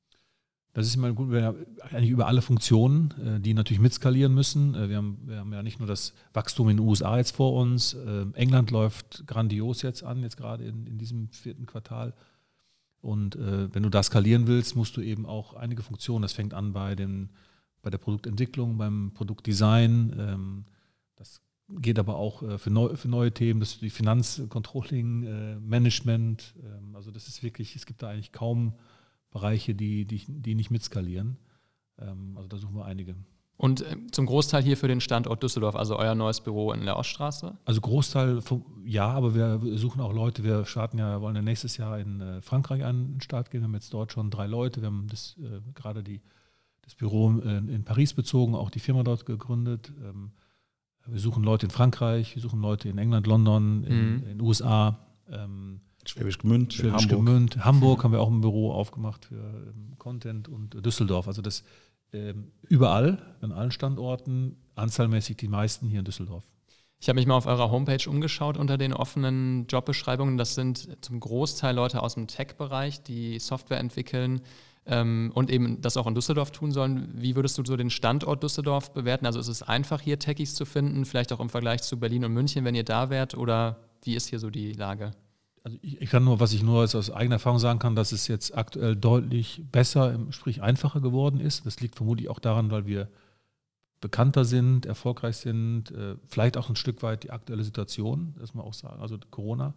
Das ist immer gut, wir haben eigentlich über alle Funktionen, die natürlich mitskalieren müssen. Wir haben, wir haben ja nicht nur das Wachstum in den U S A jetzt vor uns. England läuft grandios jetzt an, jetzt gerade in, in diesem vierten Quartal. Und äh, wenn du da skalieren willst, musst du eben auch einige Funktionen, das fängt an bei, den, bei der Produktentwicklung, beim Produktdesign. Ähm, das geht aber auch äh, für, neu, für neue Themen, das ist die Finanzcontrolling, äh, Management. Ähm, also das ist wirklich, es gibt da eigentlich kaum Bereiche, die, die, die nicht mitskalieren. Ähm, also da suchen wir einige. Und äh, zum Großteil hier für den Standort Düsseldorf, also euer neues Büro in der Oststraße? Also Großteil, vom, ja, aber wir suchen auch Leute, wir starten ja, wollen ja nächstes Jahr in äh, Frankreich an den Start gehen, wir haben jetzt dort schon drei Leute, wir haben das, äh, gerade die, das Büro äh, in Paris bezogen, auch die Firma dort gegründet. Ähm, wir suchen Leute in Frankreich, wir suchen Leute in England, London, in den U S A. Ähm, Schwäbisch Gmünd, Schwäbisch Hamburg. Gmünd. Hamburg haben wir auch ein Büro aufgemacht für ähm, Content und Düsseldorf. Also das ähm, überall, an allen Standorten, anzahlmäßig die meisten hier in Düsseldorf. Ich habe mich mal auf eurer Homepage umgeschaut unter den offenen Jobbeschreibungen. Das sind zum Großteil Leute aus dem Tech-Bereich, die Software entwickeln ähm, und eben das auch in Düsseldorf tun sollen. Wie würdest du so den Standort Düsseldorf bewerten? Also ist es einfach, hier Techies zu finden, vielleicht auch im Vergleich zu Berlin und München, wenn ihr da wärt? Oder wie ist hier so die Lage? Also ich, ich kann nur, was ich nur aus eigener Erfahrung sagen kann, dass es jetzt aktuell deutlich besser, sprich einfacher geworden ist. Das liegt vermutlich auch daran, weil wir bekannter sind, erfolgreich sind, äh, vielleicht auch ein Stück weit die aktuelle Situation, das muss man auch sagen, also Corona.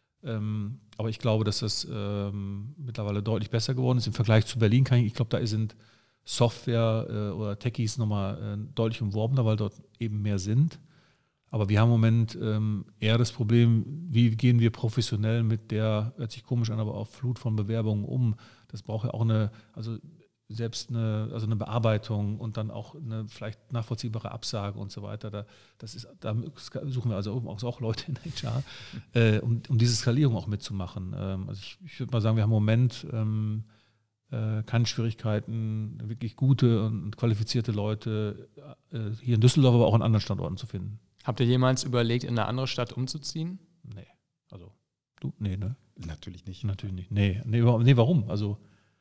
Ähm, aber ich glaube, dass das ähm, mittlerweile deutlich besser geworden ist. Im Vergleich zu Berlin kann ich, ich glaube, da sind Software äh, oder Techies nochmal äh, deutlich umworbener, weil dort eben mehr sind. Aber wir haben im Moment ähm, eher das Problem, wie gehen wir professionell mit der, hört sich komisch an, aber auch Flut von Bewerbungen um. Das braucht ja auch eine, also selbst eine, also eine Bearbeitung und dann auch eine vielleicht nachvollziehbare Absage und so weiter. Da, das ist, da suchen wir also auch, auch Leute in H R, äh, um, um diese Skalierung auch mitzumachen. Ähm, also ich, ich würde mal sagen, wir haben im Moment ähm, äh, keine Schwierigkeiten, wirklich gute und qualifizierte Leute äh, hier in Düsseldorf, aber auch an anderen Standorten zu finden. Habt ihr jemals überlegt, in eine andere Stadt umzuziehen? Nee, also du? Nee, ne? Natürlich nicht. Natürlich nicht. Nee, nee, nee warum? Also,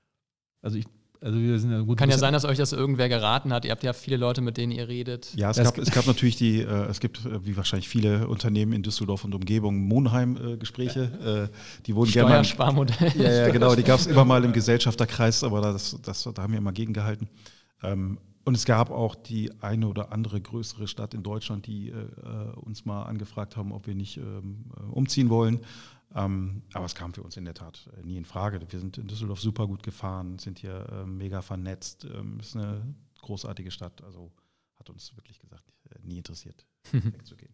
also ich Also wir sind ja gut. Kann ja sein, dass euch das irgendwer geraten hat. Ihr habt ja viele Leute, mit denen ihr redet. Ja, es gab, es gab natürlich die, äh, es gibt, äh, wie wahrscheinlich viele Unternehmen in Düsseldorf und Umgebung, Monheim-Gespräche. Äh, die wurden gerne mal. Steuersparmodell. Ja, ja, genau. Die gab es immer mal im Gesellschafterkreis, aber das, das, da haben wir immer gegengehalten. Ähm, und es gab auch die eine oder andere größere Stadt in Deutschland, die äh, uns mal angefragt haben, ob wir nicht ähm, umziehen wollen. Ähm, aber es kam für uns in der Tat äh, nie in Frage. Wir sind in Düsseldorf super gut gefahren, sind hier äh, mega vernetzt. Ähm, ist eine großartige Stadt. Also hat uns wirklich gesagt, äh, nie interessiert, wegzugehen.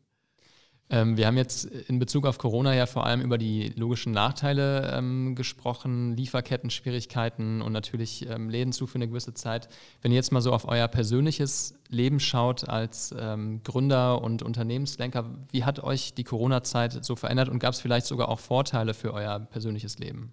Ähm, wir haben jetzt in Bezug auf Corona ja vor allem über die logischen Nachteile ähm, gesprochen, Lieferketten-Schwierigkeiten und natürlich ähm, Läden zu für eine gewisse Zeit. Wenn ihr jetzt mal so auf euer persönliches Leben schaut als ähm, Gründer und Unternehmenslenker, wie hat euch die Corona-Zeit so verändert und gab es vielleicht sogar auch Vorteile für euer persönliches Leben?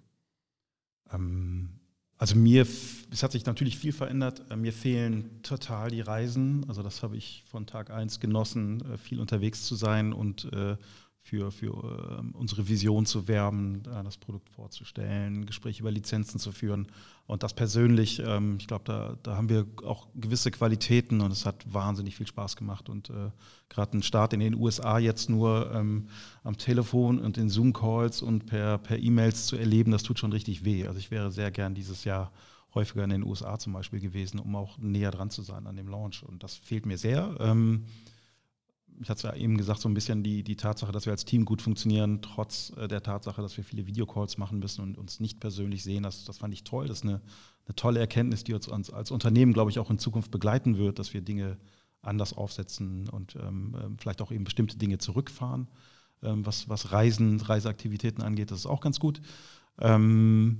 Ähm, also mir, es hat sich natürlich viel verändert. Mir fehlen total die Reisen. Also das habe ich von Tag eins genossen, viel unterwegs zu sein und äh, für, für äh, unsere Vision zu werben, äh, das Produkt vorzustellen, Gespräche über Lizenzen zu führen. Und das persönlich, ähm, ich glaube, da, da haben wir auch gewisse Qualitäten und es hat wahnsinnig viel Spaß gemacht. Und äh, gerade ein Start in den U S A jetzt nur ähm, am Telefon und in Zoom-Calls und per, per E-Mails zu erleben, das tut schon richtig weh. Also ich wäre sehr gern dieses Jahr häufiger in den U S A zum Beispiel gewesen, um auch näher dran zu sein an dem Launch. Und das fehlt mir sehr. Ähm, Ich hatte es ja eben gesagt, so ein bisschen die, die Tatsache, dass wir als Team gut funktionieren, trotz äh, der Tatsache, dass wir viele Videocalls machen müssen und uns nicht persönlich sehen. Das, das fand ich toll. Das ist eine, eine tolle Erkenntnis, die uns als, als Unternehmen, glaube ich, auch in Zukunft begleiten wird, dass wir Dinge anders aufsetzen und ähm, vielleicht auch eben bestimmte Dinge zurückfahren. Ähm, was, was Reisen, Reiseaktivitäten angeht, das ist auch ganz gut. Ähm,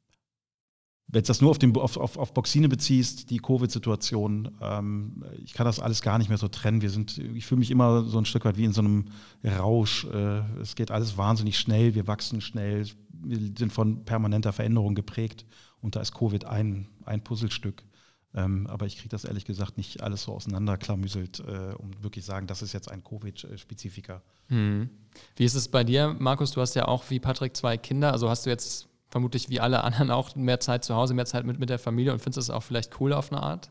Wenn du das nur auf, den, auf, auf, auf Boxine beziehst, die Covid-Situation, ähm, ich kann das alles gar nicht mehr so trennen. Wir sind, ich fühle mich immer so ein Stück weit wie in so einem Rausch. Äh, es geht alles wahnsinnig schnell, wir wachsen schnell, wir sind von permanenter Veränderung geprägt und da ist Covid ein, ein Puzzlestück. Ähm, aber ich kriege das ehrlich gesagt nicht alles so auseinanderklamüselt, äh, um wirklich sagen, das ist jetzt ein Covid-Spezifiker. Hm. Wie ist es bei dir, Markus? Du hast ja auch wie Patrick zwei Kinder, also hast du jetzt vermutlich wie alle anderen auch mehr Zeit zu Hause, mehr Zeit mit, mit der Familie und findest du das auch vielleicht cool auf eine Art?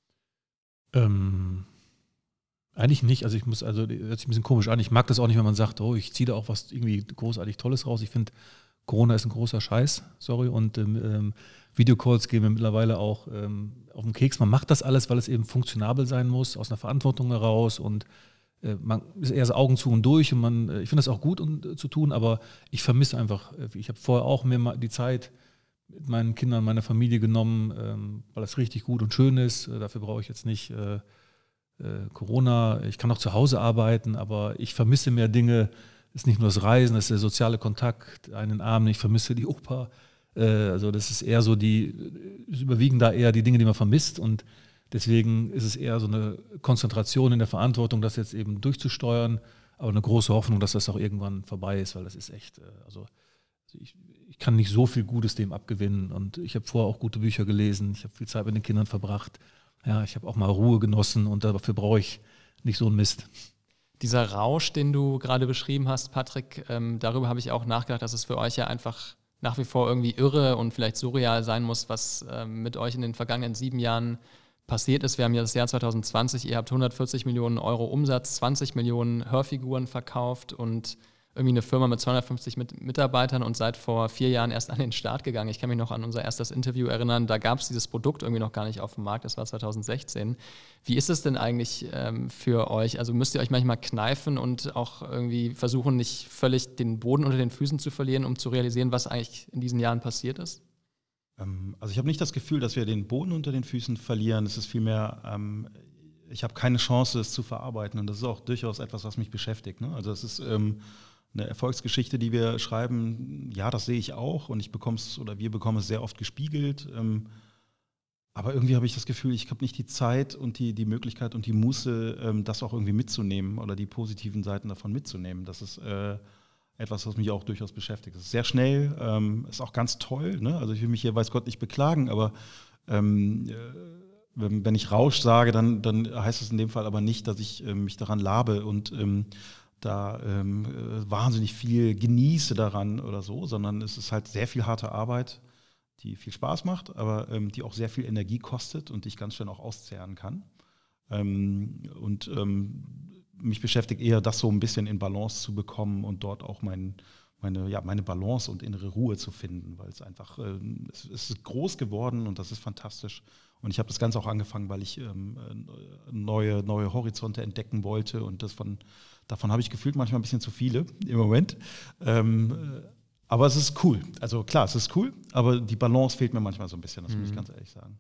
Ähm, eigentlich nicht. Also ich muss, also das hört sich ein bisschen komisch an. Ich mag das auch nicht, wenn man sagt, oh, ich ziehe da auch was irgendwie großartig Tolles raus. Ich finde, Corona ist ein großer Scheiß, sorry. Und ähm, Videocalls gehen mir mittlerweile auch ähm, auf den Keks. Man macht das alles, weil es eben funktionabel sein muss, aus einer Verantwortung heraus und man ist eher so Augen zu und durch und man, ich finde das auch gut und, äh, zu tun, aber ich vermisse einfach, ich habe vorher auch mir mal die Zeit mit meinen Kindern, meiner Familie genommen, ähm, weil das richtig gut und schön ist. Äh, dafür brauche ich jetzt nicht äh, äh, Corona. Ich kann auch zu Hause arbeiten, aber ich vermisse mehr Dinge. Es ist nicht nur das Reisen, das ist der soziale Kontakt, einen Abend. Ich vermisse die Oper. Äh, also das ist eher so die, es überwiegen da eher die Dinge, die man vermisst und deswegen ist es eher so eine Konzentration in der Verantwortung, das jetzt eben durchzusteuern, aber eine große Hoffnung, dass das auch irgendwann vorbei ist, weil das ist echt, also ich, ich kann nicht so viel Gutes dem abgewinnen und ich habe vorher auch gute Bücher gelesen, ich habe viel Zeit mit den Kindern verbracht, ja, ich habe auch mal Ruhe genossen und dafür brauche ich nicht so einen Mist. Dieser Rausch, den du gerade beschrieben hast, Patrick, ähm, darüber habe ich auch nachgedacht, dass es für euch ja einfach nach wie vor irgendwie irre und vielleicht surreal sein muss, was ähm, mit euch in den vergangenen sieben Jahren passiert ist. Wir haben ja das Jahr zwanzig zwanzig, ihr habt hundertvierzig Millionen Euro Umsatz, zwanzig Millionen Hörfiguren verkauft und irgendwie eine Firma mit zweihundertfünfzig mit Mitarbeitern und seid vor vier Jahren erst an den Start gegangen. Ich kann mich noch an unser erstes Interview erinnern, da gab es dieses Produkt irgendwie noch gar nicht auf dem Markt, das war zwanzig sechzehn. Wie ist es denn eigentlich ähm, für euch? Also müsst ihr euch manchmal kneifen und auch irgendwie versuchen, nicht völlig den Boden unter den Füßen zu verlieren, um zu realisieren, was eigentlich in diesen Jahren passiert ist? Ähm, also ich habe nicht das Gefühl, dass wir den Boden unter den Füßen verlieren. Es ist vielmehr, ähm, ich habe keine Chance, es zu verarbeiten und das ist auch durchaus etwas, was mich beschäftigt. Ne? Also es ist ähm, eine Erfolgsgeschichte, die wir schreiben, ja, das sehe ich auch und ich bekomme es oder wir bekommen es sehr oft gespiegelt. Ähm, aber irgendwie habe ich das Gefühl, ich habe nicht die Zeit und die, die Möglichkeit und die Muße, ähm, das auch irgendwie mitzunehmen oder die positiven Seiten davon mitzunehmen. Das ist äh, etwas, was mich auch durchaus beschäftigt. Es ist sehr schnell, ähm, ist auch ganz toll. Ne? Also ich will mich hier, weiß Gott, nicht beklagen, aber ähm, äh, wenn, wenn ich Rausch sage, dann, dann heißt es in dem Fall aber nicht, dass ich äh, mich daran labe und ähm, da ähm, wahnsinnig viel genieße daran oder so, sondern es ist halt sehr viel harte Arbeit, die viel Spaß macht, aber ähm, die auch sehr viel Energie kostet und die ich ganz schön auch auszehren kann. Ähm, und ähm, mich beschäftigt eher, das so ein bisschen in Balance zu bekommen und dort auch mein, meine, ja, meine Balance und innere Ruhe zu finden, weil es einfach, äh, es, es ist groß geworden und das ist fantastisch. Und ich habe das Ganze auch angefangen, weil ich ähm, neue, neue Horizonte entdecken wollte und das von, davon habe ich gefühlt manchmal ein bisschen zu viele im Moment. Ähm, aber es ist cool. Also klar, es ist cool, aber die Balance fehlt mir manchmal so ein bisschen, das mhm. muss ich ganz ehrlich sagen.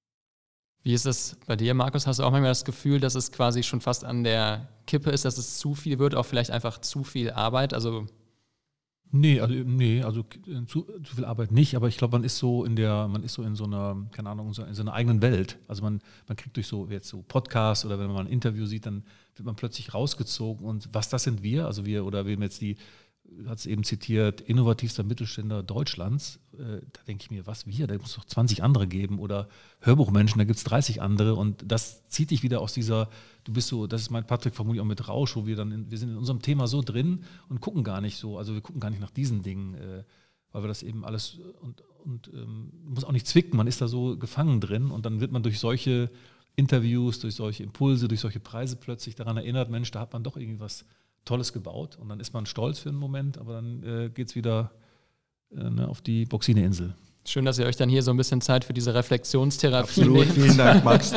Wie ist es bei dir, Markus? Hast du auch manchmal das Gefühl, dass es quasi schon fast an der Kippe ist, dass es zu viel wird, auch vielleicht einfach zu viel Arbeit? Also Nee, also, nee, also zu, zu viel Arbeit nicht, aber ich glaube, man ist so in der, man ist so in so einer, keine Ahnung, so in so einer eigenen Welt. Also man, man kriegt durch so jetzt so Podcasts oder wenn man mal ein Interview sieht, dann wird man plötzlich rausgezogen und was das sind wir, also wir oder wir haben jetzt die, hat es eben zitiert, innovativster Mittelständler Deutschlands, äh, da denke ich mir, was wir, da muss es doch zwanzig andere geben oder Hörbuchmenschen, da gibt es dreißig andere und das zieht dich wieder aus dieser, du bist so, das ist mein Patrick vermutlich auch mit Rausch, wo wir dann, in, wir sind in unserem Thema so drin und gucken gar nicht so, also wir gucken gar nicht nach diesen Dingen, äh, weil wir das eben alles und, und ähm, muss auch nicht zwicken, man ist da so gefangen drin und dann wird man durch solche Interviews, durch solche Impulse, durch solche Preise plötzlich daran erinnert, Mensch, da hat man doch irgendwie was Tolles gebaut und dann ist man stolz für einen Moment, aber dann äh, geht es wieder äh, ne, auf die Boxine-Insel. Schön, dass ihr euch dann hier so ein bisschen Zeit für diese Reflexionstherapie Absolut, nehmt. Vielen Dank, Max.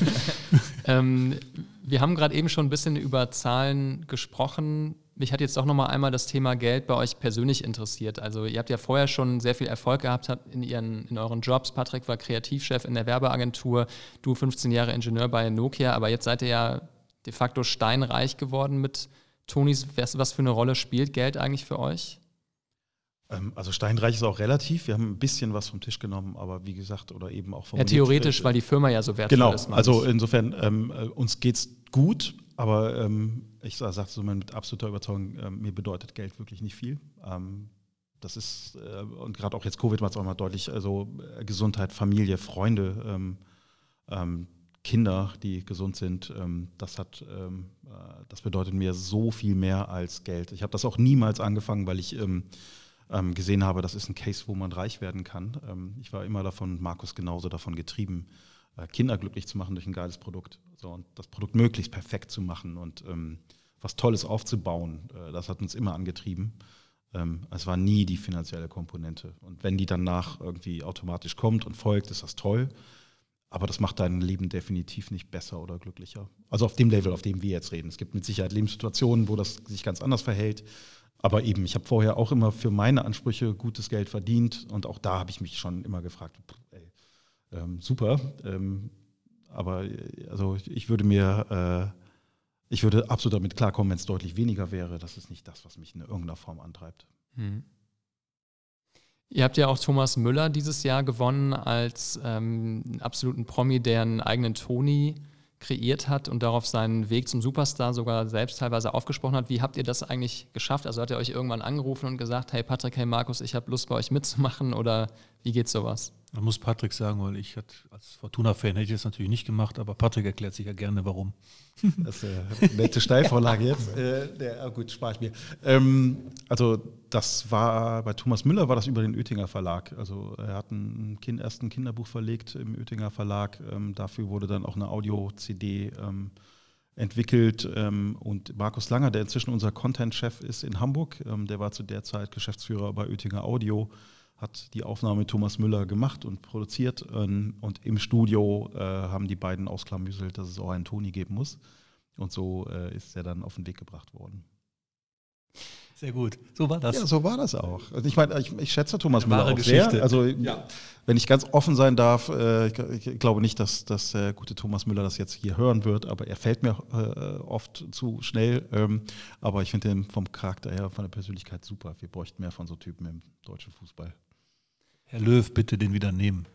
ähm, wir haben gerade eben schon ein bisschen über Zahlen gesprochen. Mich hat jetzt doch nochmal einmal das Thema Geld bei euch persönlich interessiert. Also ihr habt ja vorher schon sehr viel Erfolg gehabt in, ihren, in euren Jobs. Patrick war Kreativchef in der Werbeagentur, du fünfzehn Jahre Ingenieur bei Nokia, aber jetzt seid ihr ja de facto steinreich geworden mit Tonys. Was für eine Rolle spielt Geld eigentlich für euch? Also steinreich ist auch relativ. Wir haben ein bisschen was vom Tisch genommen, aber wie gesagt, oder eben auch vom Ja, theoretisch, äh, weil die Firma ja so wertvoll genau, ist. Genau, also insofern, ähm, uns geht's gut, aber ähm, ich sage so mit absoluter Überzeugung, äh, mir bedeutet Geld wirklich nicht viel. Ähm, das ist, äh, und gerade auch jetzt Covid macht es auch mal deutlich, also äh, Gesundheit, Familie, Freunde, ähm, ähm, Kinder, die gesund sind, ähm, das hat, ähm, äh, das bedeutet mir so viel mehr als Geld. Ich habe das auch niemals angefangen, weil ich ähm, ähm, gesehen habe, das ist ein Case, wo man reich werden kann. Ähm, ich war immer davon, Markus genauso davon getrieben, äh, Kinder glücklich zu machen durch ein geiles Produkt. So, und das Produkt möglichst perfekt zu machen und ähm, was Tolles aufzubauen. Äh, das hat uns immer angetrieben. Ähm, es war nie die finanzielle Komponente. Und wenn die danach irgendwie automatisch kommt und folgt, ist das toll. Aber das macht dein Leben definitiv nicht besser oder glücklicher. Also auf dem Level, auf dem wir jetzt reden. Es gibt mit Sicherheit Lebenssituationen, wo das sich ganz anders verhält. Aber eben, ich habe vorher auch immer für meine Ansprüche gutes Geld verdient. Und auch da habe ich mich schon immer gefragt, ey, ähm, super. Ähm, aber also ich würde mir, äh, ich würde absolut damit klarkommen, wenn es deutlich weniger wäre. Das ist nicht das, was mich in irgendeiner Form antreibt. Hm. Ihr habt ja auch Thomas Müller dieses Jahr gewonnen als ähm, absoluten Promi, der einen eigenen Tony kreiert hat und darauf seinen Weg zum Superstar sogar selbst teilweise aufgesprochen hat. Wie habt ihr das eigentlich geschafft? Also hat er euch irgendwann angerufen und gesagt, hey Patrick, hey Markus, ich habe Lust bei euch mitzumachen oder wie geht sowas? Da muss Patrick sagen, weil ich als Fortuna-Fan hätte ich das natürlich nicht gemacht, aber Patrick erklärt sich ja gerne, warum. Das ist eine nette Steilvorlage jetzt. Äh, der, gut, spare ich mir. Ähm, also das war, bei Thomas Müller war das über den Oetinger Verlag. Also er hat ein kind, erst ein Kinderbuch verlegt im Oetinger Verlag. Ähm, dafür wurde dann auch eine Audio-C D ähm, entwickelt. Ähm, und Markus Langer, der inzwischen unser Content-Chef ist in Hamburg, ähm, der war zu der Zeit Geschäftsführer bei Oetinger Audio, hat die Aufnahme mit Thomas Müller gemacht und produziert. Ähm, und im Studio äh, haben die beiden ausklamüselt, dass es auch einen Toni geben muss. Und so äh, ist er dann auf den Weg gebracht worden. Sehr gut. So war das. Ja, so war das auch. Also ich meine, ich, ich schätze Thomas Müller auch Geschichte. sehr. Also ja. Wenn ich ganz offen sein darf, äh, ich, ich glaube nicht, dass, dass der gute Thomas Müller das jetzt hier hören wird, aber er fällt mir äh, oft zu schnell. Ähm, aber ich finde ihn vom Charakter her, von der Persönlichkeit super. Wir bräuchten mehr von so Typen im deutschen Fußball. Herr Löw, bitte den wieder nehmen.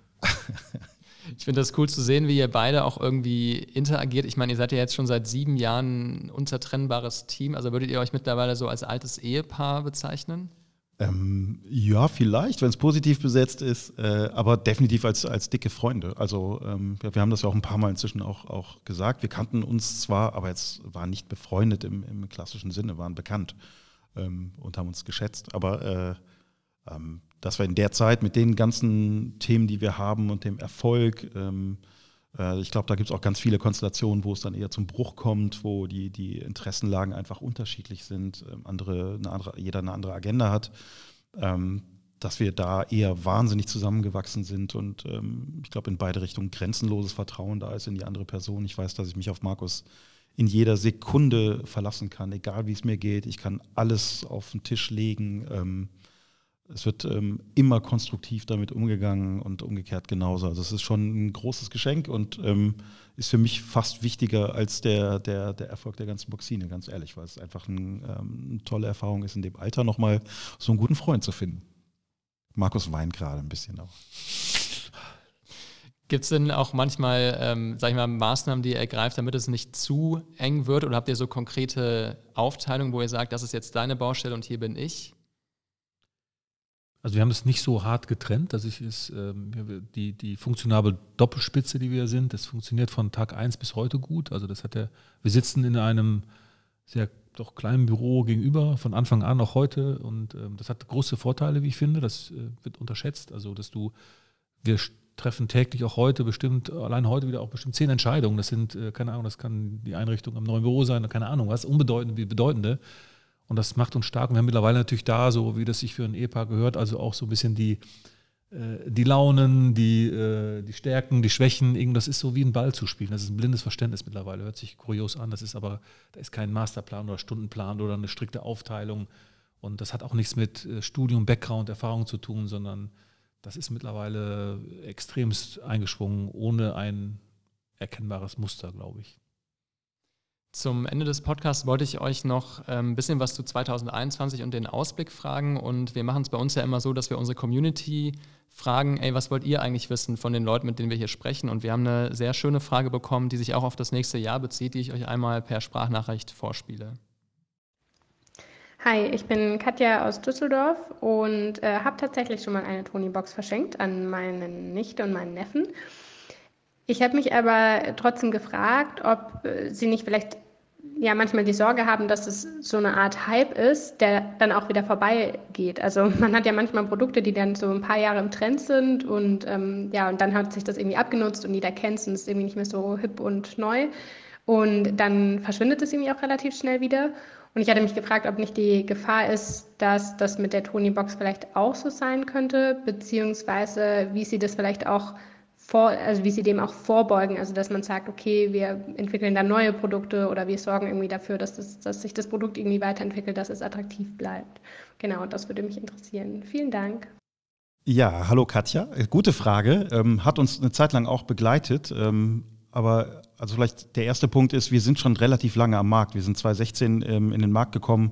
Ich finde das cool zu sehen, wie ihr beide auch irgendwie interagiert. Ich meine, ihr seid ja jetzt schon seit sieben Jahren ein unzertrennbares Team. Also würdet ihr euch mittlerweile so als altes Ehepaar bezeichnen? Ähm, ja, vielleicht, wenn es positiv besetzt ist, äh, aber definitiv als, als dicke Freunde. Also ähm, wir, wir haben das ja auch ein paar Mal inzwischen auch, auch gesagt. Wir kannten uns zwar, aber jetzt waren nicht befreundet im, im klassischen Sinne, waren bekannt ähm, und haben uns geschätzt. Aber äh, ähm, dass wir in der Zeit mit den ganzen Themen, die wir haben und dem Erfolg, ähm, äh, ich glaube, da gibt es auch ganz viele Konstellationen, wo es dann eher zum Bruch kommt, wo die, die Interessenlagen einfach unterschiedlich sind, ähm, andere, eine andere, jeder eine andere Agenda hat, ähm, dass wir da eher wahnsinnig zusammengewachsen sind und ähm, ich glaube, in beide Richtungen grenzenloses Vertrauen da ist in die andere Person. Ich weiß, dass ich mich auf Markus in jeder Sekunde verlassen kann, egal wie es mir geht. Ich kann alles auf den Tisch legen. Ähm, Es wird ähm, immer konstruktiv damit umgegangen und umgekehrt genauso. Also es ist schon ein großes Geschenk und ähm, ist für mich fast wichtiger als der, der, der Erfolg der ganzen Boxine, ganz ehrlich, weil es einfach ein, ähm, eine tolle Erfahrung ist, in dem Alter nochmal so einen guten Freund zu finden. Markus weint gerade ein bisschen auch. Gibt es denn auch manchmal, ähm, sag ich mal, Maßnahmen, die ihr ergreift, damit es nicht zu eng wird? Oder habt ihr so konkrete Aufteilungen, wo ihr sagt, das ist jetzt deine Baustelle und hier bin ich? Also wir haben es nicht so hart getrennt, dass ich es, ähm, die, die funktionable Doppelspitze, die wir sind, das funktioniert von Tag eins bis heute gut. Also das hat ja, wir sitzen in einem sehr doch kleinen Büro gegenüber, von Anfang an auch heute und ähm, das hat große Vorteile, wie ich finde, das äh, wird unterschätzt. Also dass du, wir treffen täglich auch heute bestimmt, allein heute wieder auch bestimmt zehn Entscheidungen. Das sind, äh, keine Ahnung, das kann die Einrichtung am neuen Büro sein, keine Ahnung was, unbedeutende wie bedeutende. Und das macht uns stark. Und wir haben mittlerweile natürlich da, so wie das sich für ein Ehepaar gehört, also auch so ein bisschen die, äh, die Launen, die, äh, die Stärken, die Schwächen. Das ist so wie ein Ball zu spielen. Das ist ein blindes Verständnis mittlerweile. Hört sich kurios an. Das ist aber, da ist kein Masterplan oder Stundenplan oder eine strikte Aufteilung. Und das hat auch nichts mit äh, Studium, Background, Erfahrung zu tun, sondern das ist mittlerweile extremst eingeschwungen, ohne ein erkennbares Muster, glaube ich. Zum Ende des Podcasts wollte ich euch noch ein bisschen was zu zwanzig einundzwanzig und den Ausblick fragen. Und wir machen es bei uns ja immer so, dass wir unsere Community fragen, ey, was wollt ihr eigentlich wissen von den Leuten, mit denen wir hier sprechen? Und wir haben eine sehr schöne Frage bekommen, die sich auch auf das nächste Jahr bezieht, die ich euch einmal per Sprachnachricht vorspiele. Hi, ich bin Katja aus Düsseldorf und äh, habe tatsächlich schon mal eine Tony-Box verschenkt an meine Nichte und meinen Neffen. Ich habe mich aber trotzdem gefragt, ob sie nicht vielleicht ja manchmal die Sorge haben, dass es so eine Art Hype ist, der dann auch wieder vorbeigeht. Also man hat ja manchmal Produkte, die dann so ein paar Jahre im Trend sind und ähm, ja und dann hat sich das irgendwie abgenutzt und jeder kennt es und es ist irgendwie nicht mehr so hip und neu. Und dann verschwindet es irgendwie auch relativ schnell wieder. Und ich hatte mich gefragt, ob nicht die Gefahr ist, dass das mit der Tony-Box vielleicht auch so sein könnte, beziehungsweise wie sie das vielleicht auch Vor, also wie sie dem auch vorbeugen, also dass man sagt, okay, wir entwickeln da neue Produkte oder wir sorgen irgendwie dafür, dass, das, dass sich das Produkt irgendwie weiterentwickelt, dass es attraktiv bleibt. Genau, das würde mich interessieren. Vielen Dank. Ja, hallo Katja. Gute Frage. Ähm, hat uns eine Zeit lang auch begleitet. Ähm, aber also vielleicht der erste Punkt ist, wir sind schon relativ lange am Markt. Wir sind zwanzig sechzehn ähm, in den Markt gekommen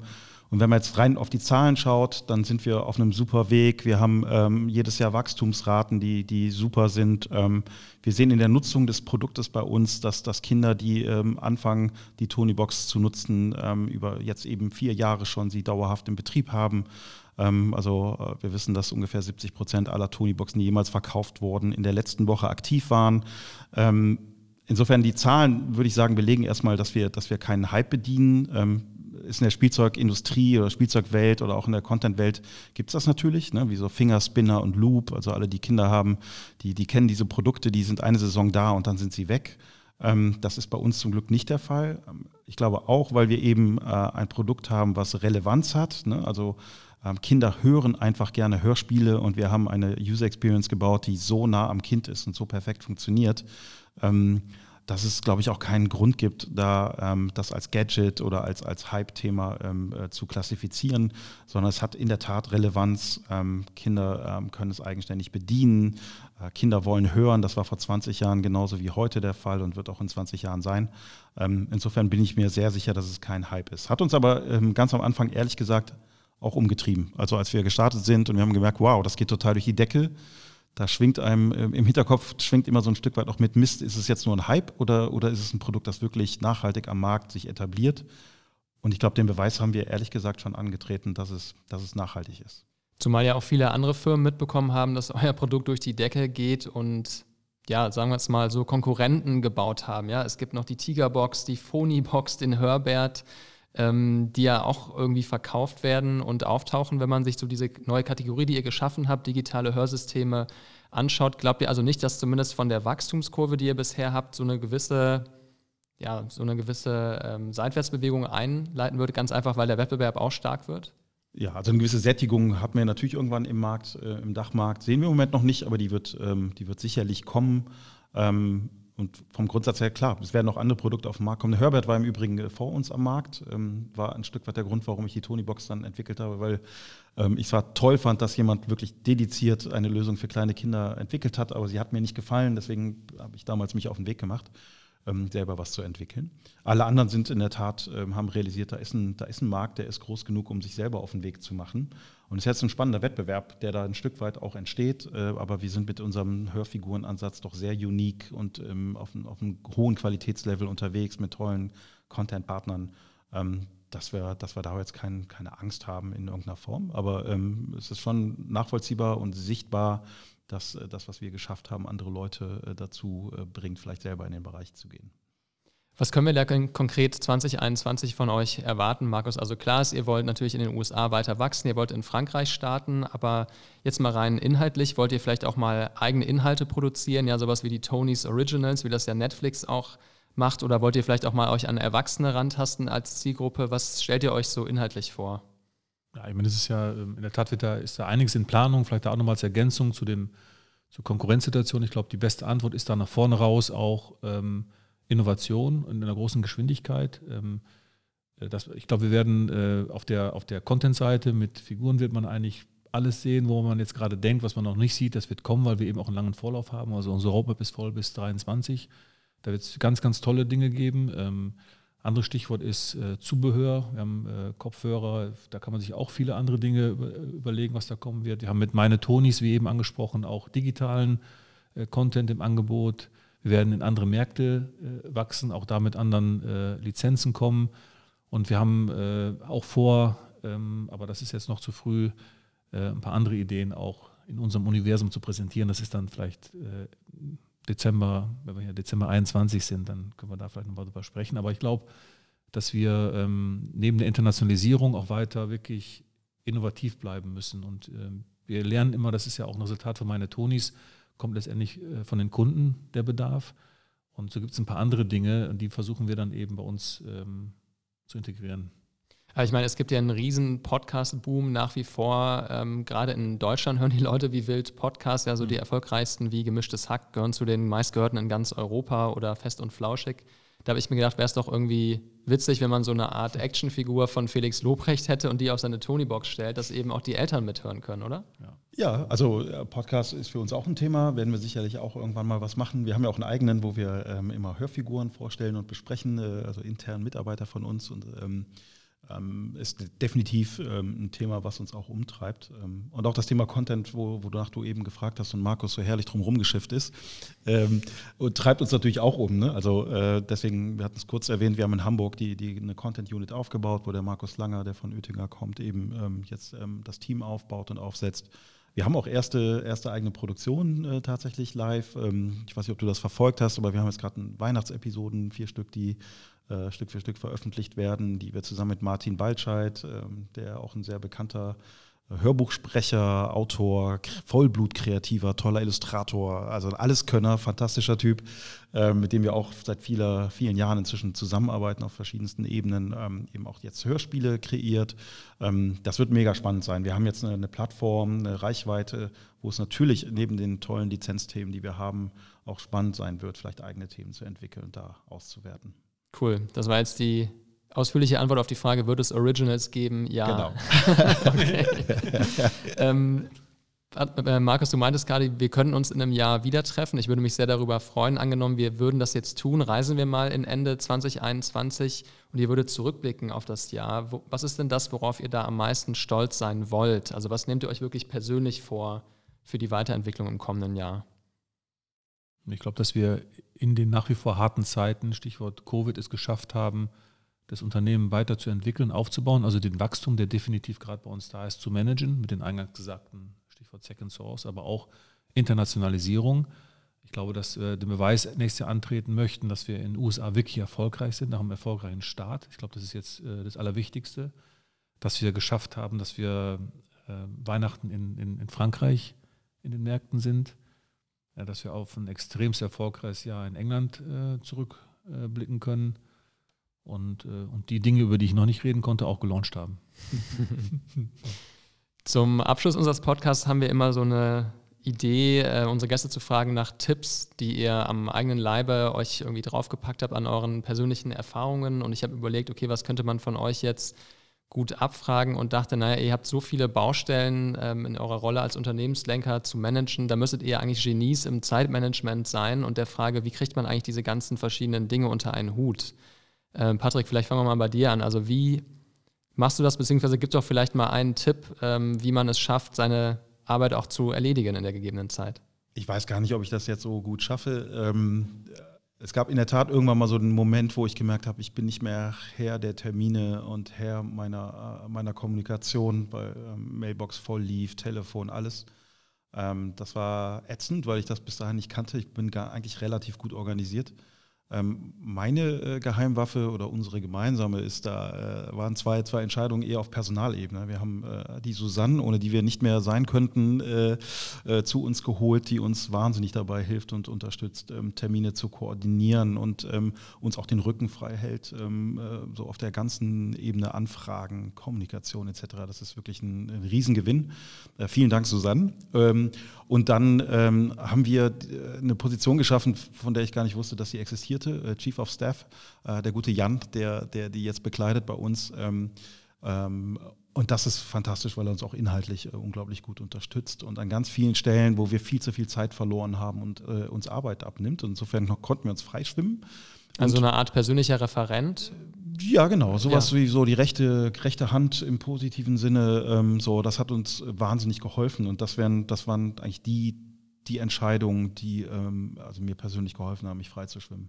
Und wenn man jetzt rein auf die Zahlen schaut, dann sind wir auf einem super Weg. Wir haben ähm, jedes Jahr Wachstumsraten, die, die super sind. Ähm, wir sehen in der Nutzung des Produktes bei uns, dass, dass Kinder, die ähm, anfangen, die Tonybox zu nutzen, ähm, über jetzt eben vier Jahre schon sie dauerhaft im Betrieb haben. Ähm, also äh, wir wissen, dass ungefähr siebzig Prozent aller Tonyboxen, die jemals verkauft wurden, in der letzten Woche aktiv waren. Ähm, insofern die Zahlen, würde ich sagen, belegen erstmal, dass wir, dass wir keinen Hype bedienen. Ähm, ist in der Spielzeugindustrie oder Spielzeugwelt oder auch in der Contentwelt gibt es das natürlich, ne? Wie so Fingerspinner und Loop, also alle, die Kinder haben, die, die kennen diese Produkte, die sind eine Saison da und dann sind sie weg. Ähm, das ist bei uns zum Glück nicht der Fall. Ich glaube auch, weil wir eben äh, ein Produkt haben, was Relevanz hat, ne? Also ähm, Kinder hören einfach gerne Hörspiele und wir haben eine User Experience gebaut, die so nah am Kind ist und so perfekt funktioniert. Ähm, dass es, glaube ich, auch keinen Grund gibt, da ähm, das als Gadget oder als, als Hype-Thema ähm, äh, zu klassifizieren, sondern es hat in der Tat Relevanz. Ähm, Kinder ähm, können es eigenständig bedienen. Äh, Kinder wollen hören. Das war vor zwanzig Jahren genauso wie heute der Fall und wird auch in zwanzig Jahren sein. Ähm, insofern bin ich mir sehr sicher, dass es kein Hype ist. Hat uns aber ähm, ganz am Anfang, ehrlich gesagt, auch umgetrieben. Also als wir gestartet sind und wir haben gemerkt, wow, das geht total durch die Decke. Da schwingt einem im Hinterkopf schwingt immer so ein Stück weit auch mit Mist, ist es jetzt nur ein Hype oder, oder ist es ein Produkt, das wirklich nachhaltig am Markt sich etabliert? Und ich glaube, den Beweis haben wir ehrlich gesagt schon angetreten, dass es, dass es nachhaltig ist. Zumal ja auch viele andere Firmen mitbekommen haben, dass euer Produkt durch die Decke geht und ja, sagen wir es mal so, Konkurrenten gebaut haben. Ja, es gibt noch die Tigerbox, die Phoniebox, den Hörbert, ähm, die ja auch irgendwie verkauft werden und auftauchen, wenn man sich so diese neue Kategorie, die ihr geschaffen habt, digitale Hörsysteme anschaut. Glaubt ihr also nicht, dass zumindest von der Wachstumskurve, die ihr bisher habt, so eine gewisse, ja, so eine gewisse ähm, Seitwärtsbewegung einleiten würde, ganz einfach, weil der Wettbewerb auch stark wird? Ja, also eine gewisse Sättigung hatten wir natürlich irgendwann im Markt, äh, im Dachmarkt. Sehen wir im Moment noch nicht, aber die wird, ähm, die wird sicherlich kommen. Ähm, Und vom Grundsatz her, klar, es werden noch andere Produkte auf den Markt kommen. Der Hörbert war im Übrigen vor uns am Markt, ähm, war ein Stück weit der Grund, warum ich die Tonybox dann entwickelt habe, weil ähm, ich es zwar toll fand, dass jemand wirklich dediziert eine Lösung für kleine Kinder entwickelt hat, aber sie hat mir nicht gefallen, deswegen habe ich damals mich auf den Weg gemacht, ähm, selber was zu entwickeln. Alle anderen sind in der Tat, ähm, haben realisiert, da ist, ein, da ist ein Markt, der ist groß genug, um sich selber auf den Weg zu machen. Und es ist jetzt ein spannender Wettbewerb, der da ein Stück weit auch entsteht, äh, aber wir sind mit unserem Hörfigurenansatz doch sehr unique und ähm, auf, auf einem hohen Qualitätslevel unterwegs mit tollen Content-Partnern, ähm, dass wir, dass wir da jetzt kein, keine Angst haben in irgendeiner Form. Aber ähm, es ist schon nachvollziehbar und sichtbar, dass äh, das, was wir geschafft haben, andere Leute äh, dazu äh, bringt, vielleicht selber in den Bereich zu gehen. Was können wir da konkret zwanzig einundzwanzig von euch erwarten, Markus? Also klar ist, ihr wollt natürlich in den U S A weiter wachsen, ihr wollt in Frankreich starten, aber jetzt mal rein inhaltlich, wollt ihr vielleicht auch mal eigene Inhalte produzieren, ja, sowas wie die Tonys Originals, wie das ja Netflix auch macht, oder wollt ihr vielleicht auch mal euch an Erwachsene rantasten als Zielgruppe? Was stellt ihr euch so inhaltlich vor? Ja, ich meine, das ist ja, in der Tat wird da, ist da einiges in Planung, vielleicht auch nochmal als Ergänzung zu dem, zur Konkurrenzsituation. Ich glaube, die beste Antwort ist da nach vorne raus auch ähm, Innovation in einer großen Geschwindigkeit. Ähm, das, ich glaube, wir werden äh, auf der, auf der Content-Seite mit Figuren wird man eigentlich alles sehen, wo man jetzt gerade denkt, was man noch nicht sieht, das wird kommen, weil wir eben auch einen langen Vorlauf haben. Also unsere Roadmap ist voll bis dreiundzwanzig. Da wird es ganz, ganz tolle Dinge geben. Ähm, anderes Stichwort ist äh, Zubehör. Wir haben äh, Kopfhörer, da kann man sich auch viele andere Dinge über, überlegen, was da kommen wird. Wir haben mit Meine Tonys, wie eben angesprochen, auch digitalen äh, Content im Angebot. Wir werden in andere Märkte äh, wachsen, auch da mit anderen äh, Lizenzen kommen. Und wir haben äh, auch vor, ähm, aber das ist jetzt noch zu früh, äh, ein paar andere Ideen auch in unserem Universum zu präsentieren. Das ist dann vielleicht äh, Dezember, wenn wir hier Dezember einundzwanzig sind, dann können wir da vielleicht nochmal drüber sprechen. Aber ich glaube, dass wir ähm, neben der Internationalisierung auch weiter wirklich innovativ bleiben müssen. Und äh, wir lernen immer, das ist ja auch ein Resultat von Meine Tonys, kommt letztendlich von den Kunden der Bedarf. Und so gibt es ein paar andere Dinge, die versuchen wir dann eben bei uns ähm, zu integrieren. Ja, ich meine, es gibt ja einen riesen Podcast-Boom nach wie vor. Ähm, gerade in Deutschland hören die Leute wie wild Podcasts, ja, so mhm. die erfolgreichsten wie Gemischtes Hack gehören zu den meistgehörten in ganz Europa oder Fest und Flauschig. Da habe ich mir gedacht, wäre es doch irgendwie witzig, wenn man so eine Art Actionfigur von Felix Lobrecht hätte und die auf seine Tonybox stellt, dass eben auch die Eltern mithören können, oder? Ja, ja, also Podcast ist für uns auch ein Thema, werden wir sicherlich auch irgendwann mal was machen. Wir haben ja auch einen eigenen, wo wir ähm, immer Hörfiguren vorstellen und besprechen, äh, also internen Mitarbeiter von uns und ähm, ähm, ist definitiv ähm, ein Thema, was uns auch umtreibt. Ähm, und auch das Thema Content, wo, wonach du eben gefragt hast und Markus so herrlich drum rumgeschifft ist, ähm, und treibt uns natürlich auch um. Ne? Also äh, deswegen, wir hatten es kurz erwähnt, wir haben in Hamburg die, die eine Content-Unit aufgebaut, wo der Markus Langer, der von Oettinger kommt, eben ähm, jetzt ähm, das Team aufbaut und aufsetzt. Wir haben auch erste, erste eigene Produktionen äh, tatsächlich live. Ähm, ich weiß nicht, ob du das verfolgt hast, aber wir haben jetzt gerade Weihnachtsepisoden, vier Stück, die äh, Stück für Stück veröffentlicht werden, die wir zusammen mit Martin Baltscheid, ähm, der auch ein sehr bekannter äh, Hörbuchsprecher, Autor, K- Vollblutkreativer, toller Illustrator, also Alleskönner, fantastischer Typ, äh, mit dem wir auch seit vieler, vielen Jahren inzwischen zusammenarbeiten auf verschiedensten Ebenen, ähm, eben auch jetzt Hörspiele kreiert. Ähm, das wird mega spannend sein. Wir haben jetzt eine, eine Plattform, eine Reichweite, wo es natürlich neben den tollen Lizenzthemen, die wir haben, auch spannend sein wird, vielleicht eigene Themen zu entwickeln und da auszuwerten. Cool, das war jetzt die ausführliche Antwort auf die Frage, wird es Originals geben? Ja. Genau. ähm, äh, Markus, du meintest gerade, wir könnten uns in einem Jahr wieder treffen. Ich würde mich sehr darüber freuen. Angenommen, wir würden das jetzt tun, reisen wir mal in Ende zwanzig einundzwanzig und ihr würdet zurückblicken auf das Jahr. Wo, was ist denn das, worauf ihr da am meisten stolz sein wollt? Also was nehmt ihr euch wirklich persönlich vor für die Weiterentwicklung im kommenden Jahr? Ich glaube, dass wir in den nach wie vor harten Zeiten, Stichwort Covid, es geschafft haben, das Unternehmen weiterzuentwickeln, aufzubauen, also den Wachstum, der definitiv gerade bei uns da ist, zu managen, mit den eingangs gesagten Stichwort Second Source, aber auch Internationalisierung. Ich glaube, dass wir den Beweis nächstes Jahr antreten möchten, dass wir in den U S A wirklich erfolgreich sind, nach einem erfolgreichen Start. Ich glaube, das ist jetzt äh, das Allerwichtigste, dass wir geschafft haben, dass wir äh, Weihnachten in, in, in Frankreich in den Märkten sind. Ja, dass wir auf ein extremst erfolgreiches Jahr in England äh, zurückblicken äh, können und, äh, und die Dinge, über die ich noch nicht reden konnte, auch gelauncht haben. Zum Abschluss unseres Podcasts haben wir immer so eine Idee, äh, unsere Gäste zu fragen nach Tipps, die ihr am eigenen Leibe euch irgendwie draufgepackt habt an euren persönlichen Erfahrungen. Und ich habe überlegt, okay, was könnte man von euch jetzt gut abfragen und dachte, naja, ihr habt so viele Baustellen ähm, in eurer Rolle als Unternehmenslenker zu managen, da müsstet ihr eigentlich Genies im Zeitmanagement sein und der Frage, wie kriegt man eigentlich diese ganzen verschiedenen Dinge unter einen Hut? Ähm, Patrick, vielleicht fangen wir mal bei dir an. Also wie machst du das, beziehungsweise gibt es doch vielleicht mal einen Tipp, ähm, wie man es schafft, seine Arbeit auch zu erledigen in der gegebenen Zeit? Ich weiß gar nicht, ob ich das jetzt so gut schaffe. Ähm, Es gab in der Tat irgendwann mal so einen Moment, wo ich gemerkt habe, ich bin nicht mehr Herr der Termine und Herr meiner, meiner Kommunikation, weil ähm, Mailbox voll lief, Telefon, alles. Ähm, das war ätzend, weil ich das bis dahin nicht kannte. Ich bin gar, eigentlich relativ gut organisiert. Ähm, meine äh, Geheimwaffe oder unsere gemeinsame ist da, äh, waren zwei, zwei Entscheidungen eher auf Personalebene. Wir haben äh, die Susanne, ohne die wir nicht mehr sein könnten, äh, äh, zu uns geholt, die uns wahnsinnig dabei hilft und unterstützt, ähm, Termine zu koordinieren und ähm, uns auch den Rücken frei hält, ähm, äh, so auf der ganzen Ebene Anfragen, Kommunikation et cetera. Das ist wirklich ein, ein Riesengewinn. Äh, vielen Dank, Susanne. Ähm, und dann ähm, haben wir eine Position geschaffen, von der ich gar nicht wusste, dass sie existiert. Chief of Staff, äh, der gute Jan, der, der die jetzt bekleidet bei uns. Ähm, ähm, und das ist fantastisch, weil er uns auch inhaltlich äh, unglaublich gut unterstützt und an ganz vielen Stellen, wo wir viel zu viel Zeit verloren haben und äh, uns Arbeit abnimmt. Und insofern noch, konnten wir uns freischwimmen. Also eine Art persönlicher Referent? Ja, genau. Sowas ja. wie so die rechte, rechte Hand im positiven Sinne. Ähm, so, das hat uns wahnsinnig geholfen. Und das, wären, das waren eigentlich die, die Entscheidungen, die ähm, also mir persönlich geholfen haben, mich freizuschwimmen.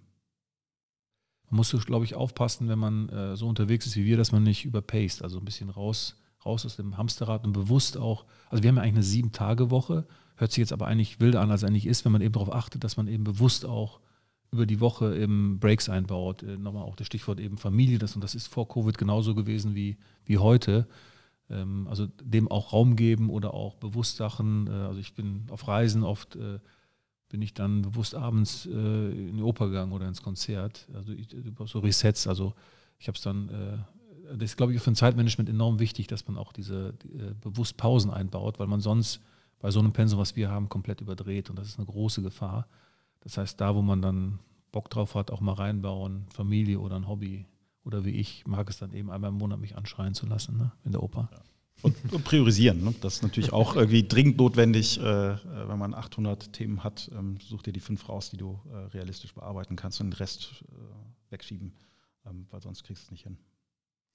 Man muss, glaube ich, aufpassen, wenn man äh, so unterwegs ist wie wir, dass man nicht überpaced, also ein bisschen raus, raus aus dem Hamsterrad und bewusst auch, also wir haben ja eigentlich eine Sieben-Tage-Woche, hört sich jetzt aber eigentlich wilder an, als es eigentlich ist, wenn man eben darauf achtet, dass man eben bewusst auch über die Woche eben Breaks einbaut. Äh, nochmal auch das Stichwort eben Familie, das, und das ist vor Covid genauso gewesen wie, wie heute. Ähm, also dem auch Raum geben oder auch bewusst Sachen, äh, also ich bin auf Reisen oft, äh, bin ich dann bewusst abends äh, in die Oper gegangen oder ins Konzert. Also ich, so Resets, also ich habe es dann, äh, das ist, glaube ich, für ein Zeitmanagement enorm wichtig, dass man auch diese die, äh, bewusst Pausen einbaut, weil man sonst bei so einem Pensum, was wir haben, komplett überdreht und das ist eine große Gefahr. Das heißt, da, wo man dann Bock drauf hat, auch mal reinbauen, Familie oder ein Hobby oder wie ich, mag es dann eben einmal im Monat mich anschreien zu lassen, ne, in der Oper. Ja. Und, und priorisieren, ne? Das ist natürlich auch irgendwie dringend notwendig, äh, wenn man achthundert Themen hat, ähm, such dir die fünf raus, die du äh, realistisch bearbeiten kannst und den Rest äh, wegschieben, ähm, weil sonst kriegst du es nicht hin.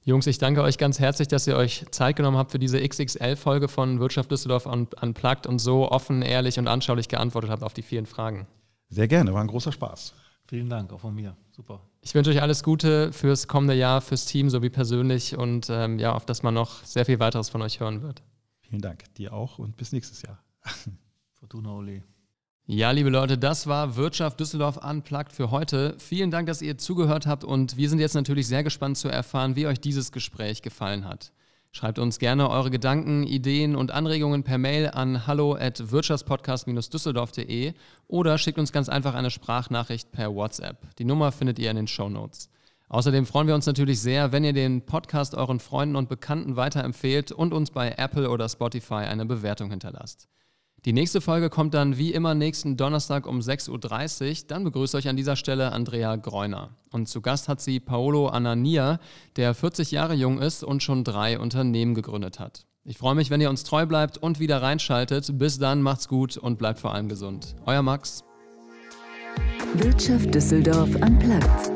Jungs, ich danke euch ganz herzlich, dass ihr euch Zeit genommen habt für diese X X L-Folge von Wirtschaft Düsseldorf Unplugged und so offen, ehrlich und anschaulich geantwortet habt auf die vielen Fragen. Sehr gerne, war ein großer Spaß. Vielen Dank, auch von mir. Super. Ich wünsche euch alles Gute fürs kommende Jahr, fürs Team sowie persönlich und ähm, ja, auf dass man noch sehr viel weiteres von euch hören wird. Vielen Dank, dir auch und bis nächstes Jahr. Fortuna Ole. Ja, liebe Leute, das war Wirtschaft Düsseldorf Unplugged für heute. Vielen Dank, dass ihr zugehört habt und wir sind jetzt natürlich sehr gespannt zu erfahren, wie euch dieses Gespräch gefallen hat. Schreibt uns gerne eure Gedanken, Ideen und Anregungen per Mail an hallo at wirtschaftspodcast düsseldorf punkt de oder schickt uns ganz einfach eine Sprachnachricht per WhatsApp. Die Nummer findet ihr in den Shownotes. Außerdem freuen wir uns natürlich sehr, wenn ihr den Podcast euren Freunden und Bekannten weiterempfehlt und uns bei Apple oder Spotify eine Bewertung hinterlasst. Die nächste Folge kommt dann wie immer nächsten Donnerstag um sechs Uhr dreißig. Dann begrüßt euch an dieser Stelle Andrea Greuner. Und zu Gast hat sie Paolo Anania, der vierzig Jahre jung ist und schon drei Unternehmen gegründet hat. Ich freue mich, wenn ihr uns treu bleibt und wieder reinschaltet. Bis dann, macht's gut und bleibt vor allem gesund. Euer Max. Wirtschaft Düsseldorf Unplugged.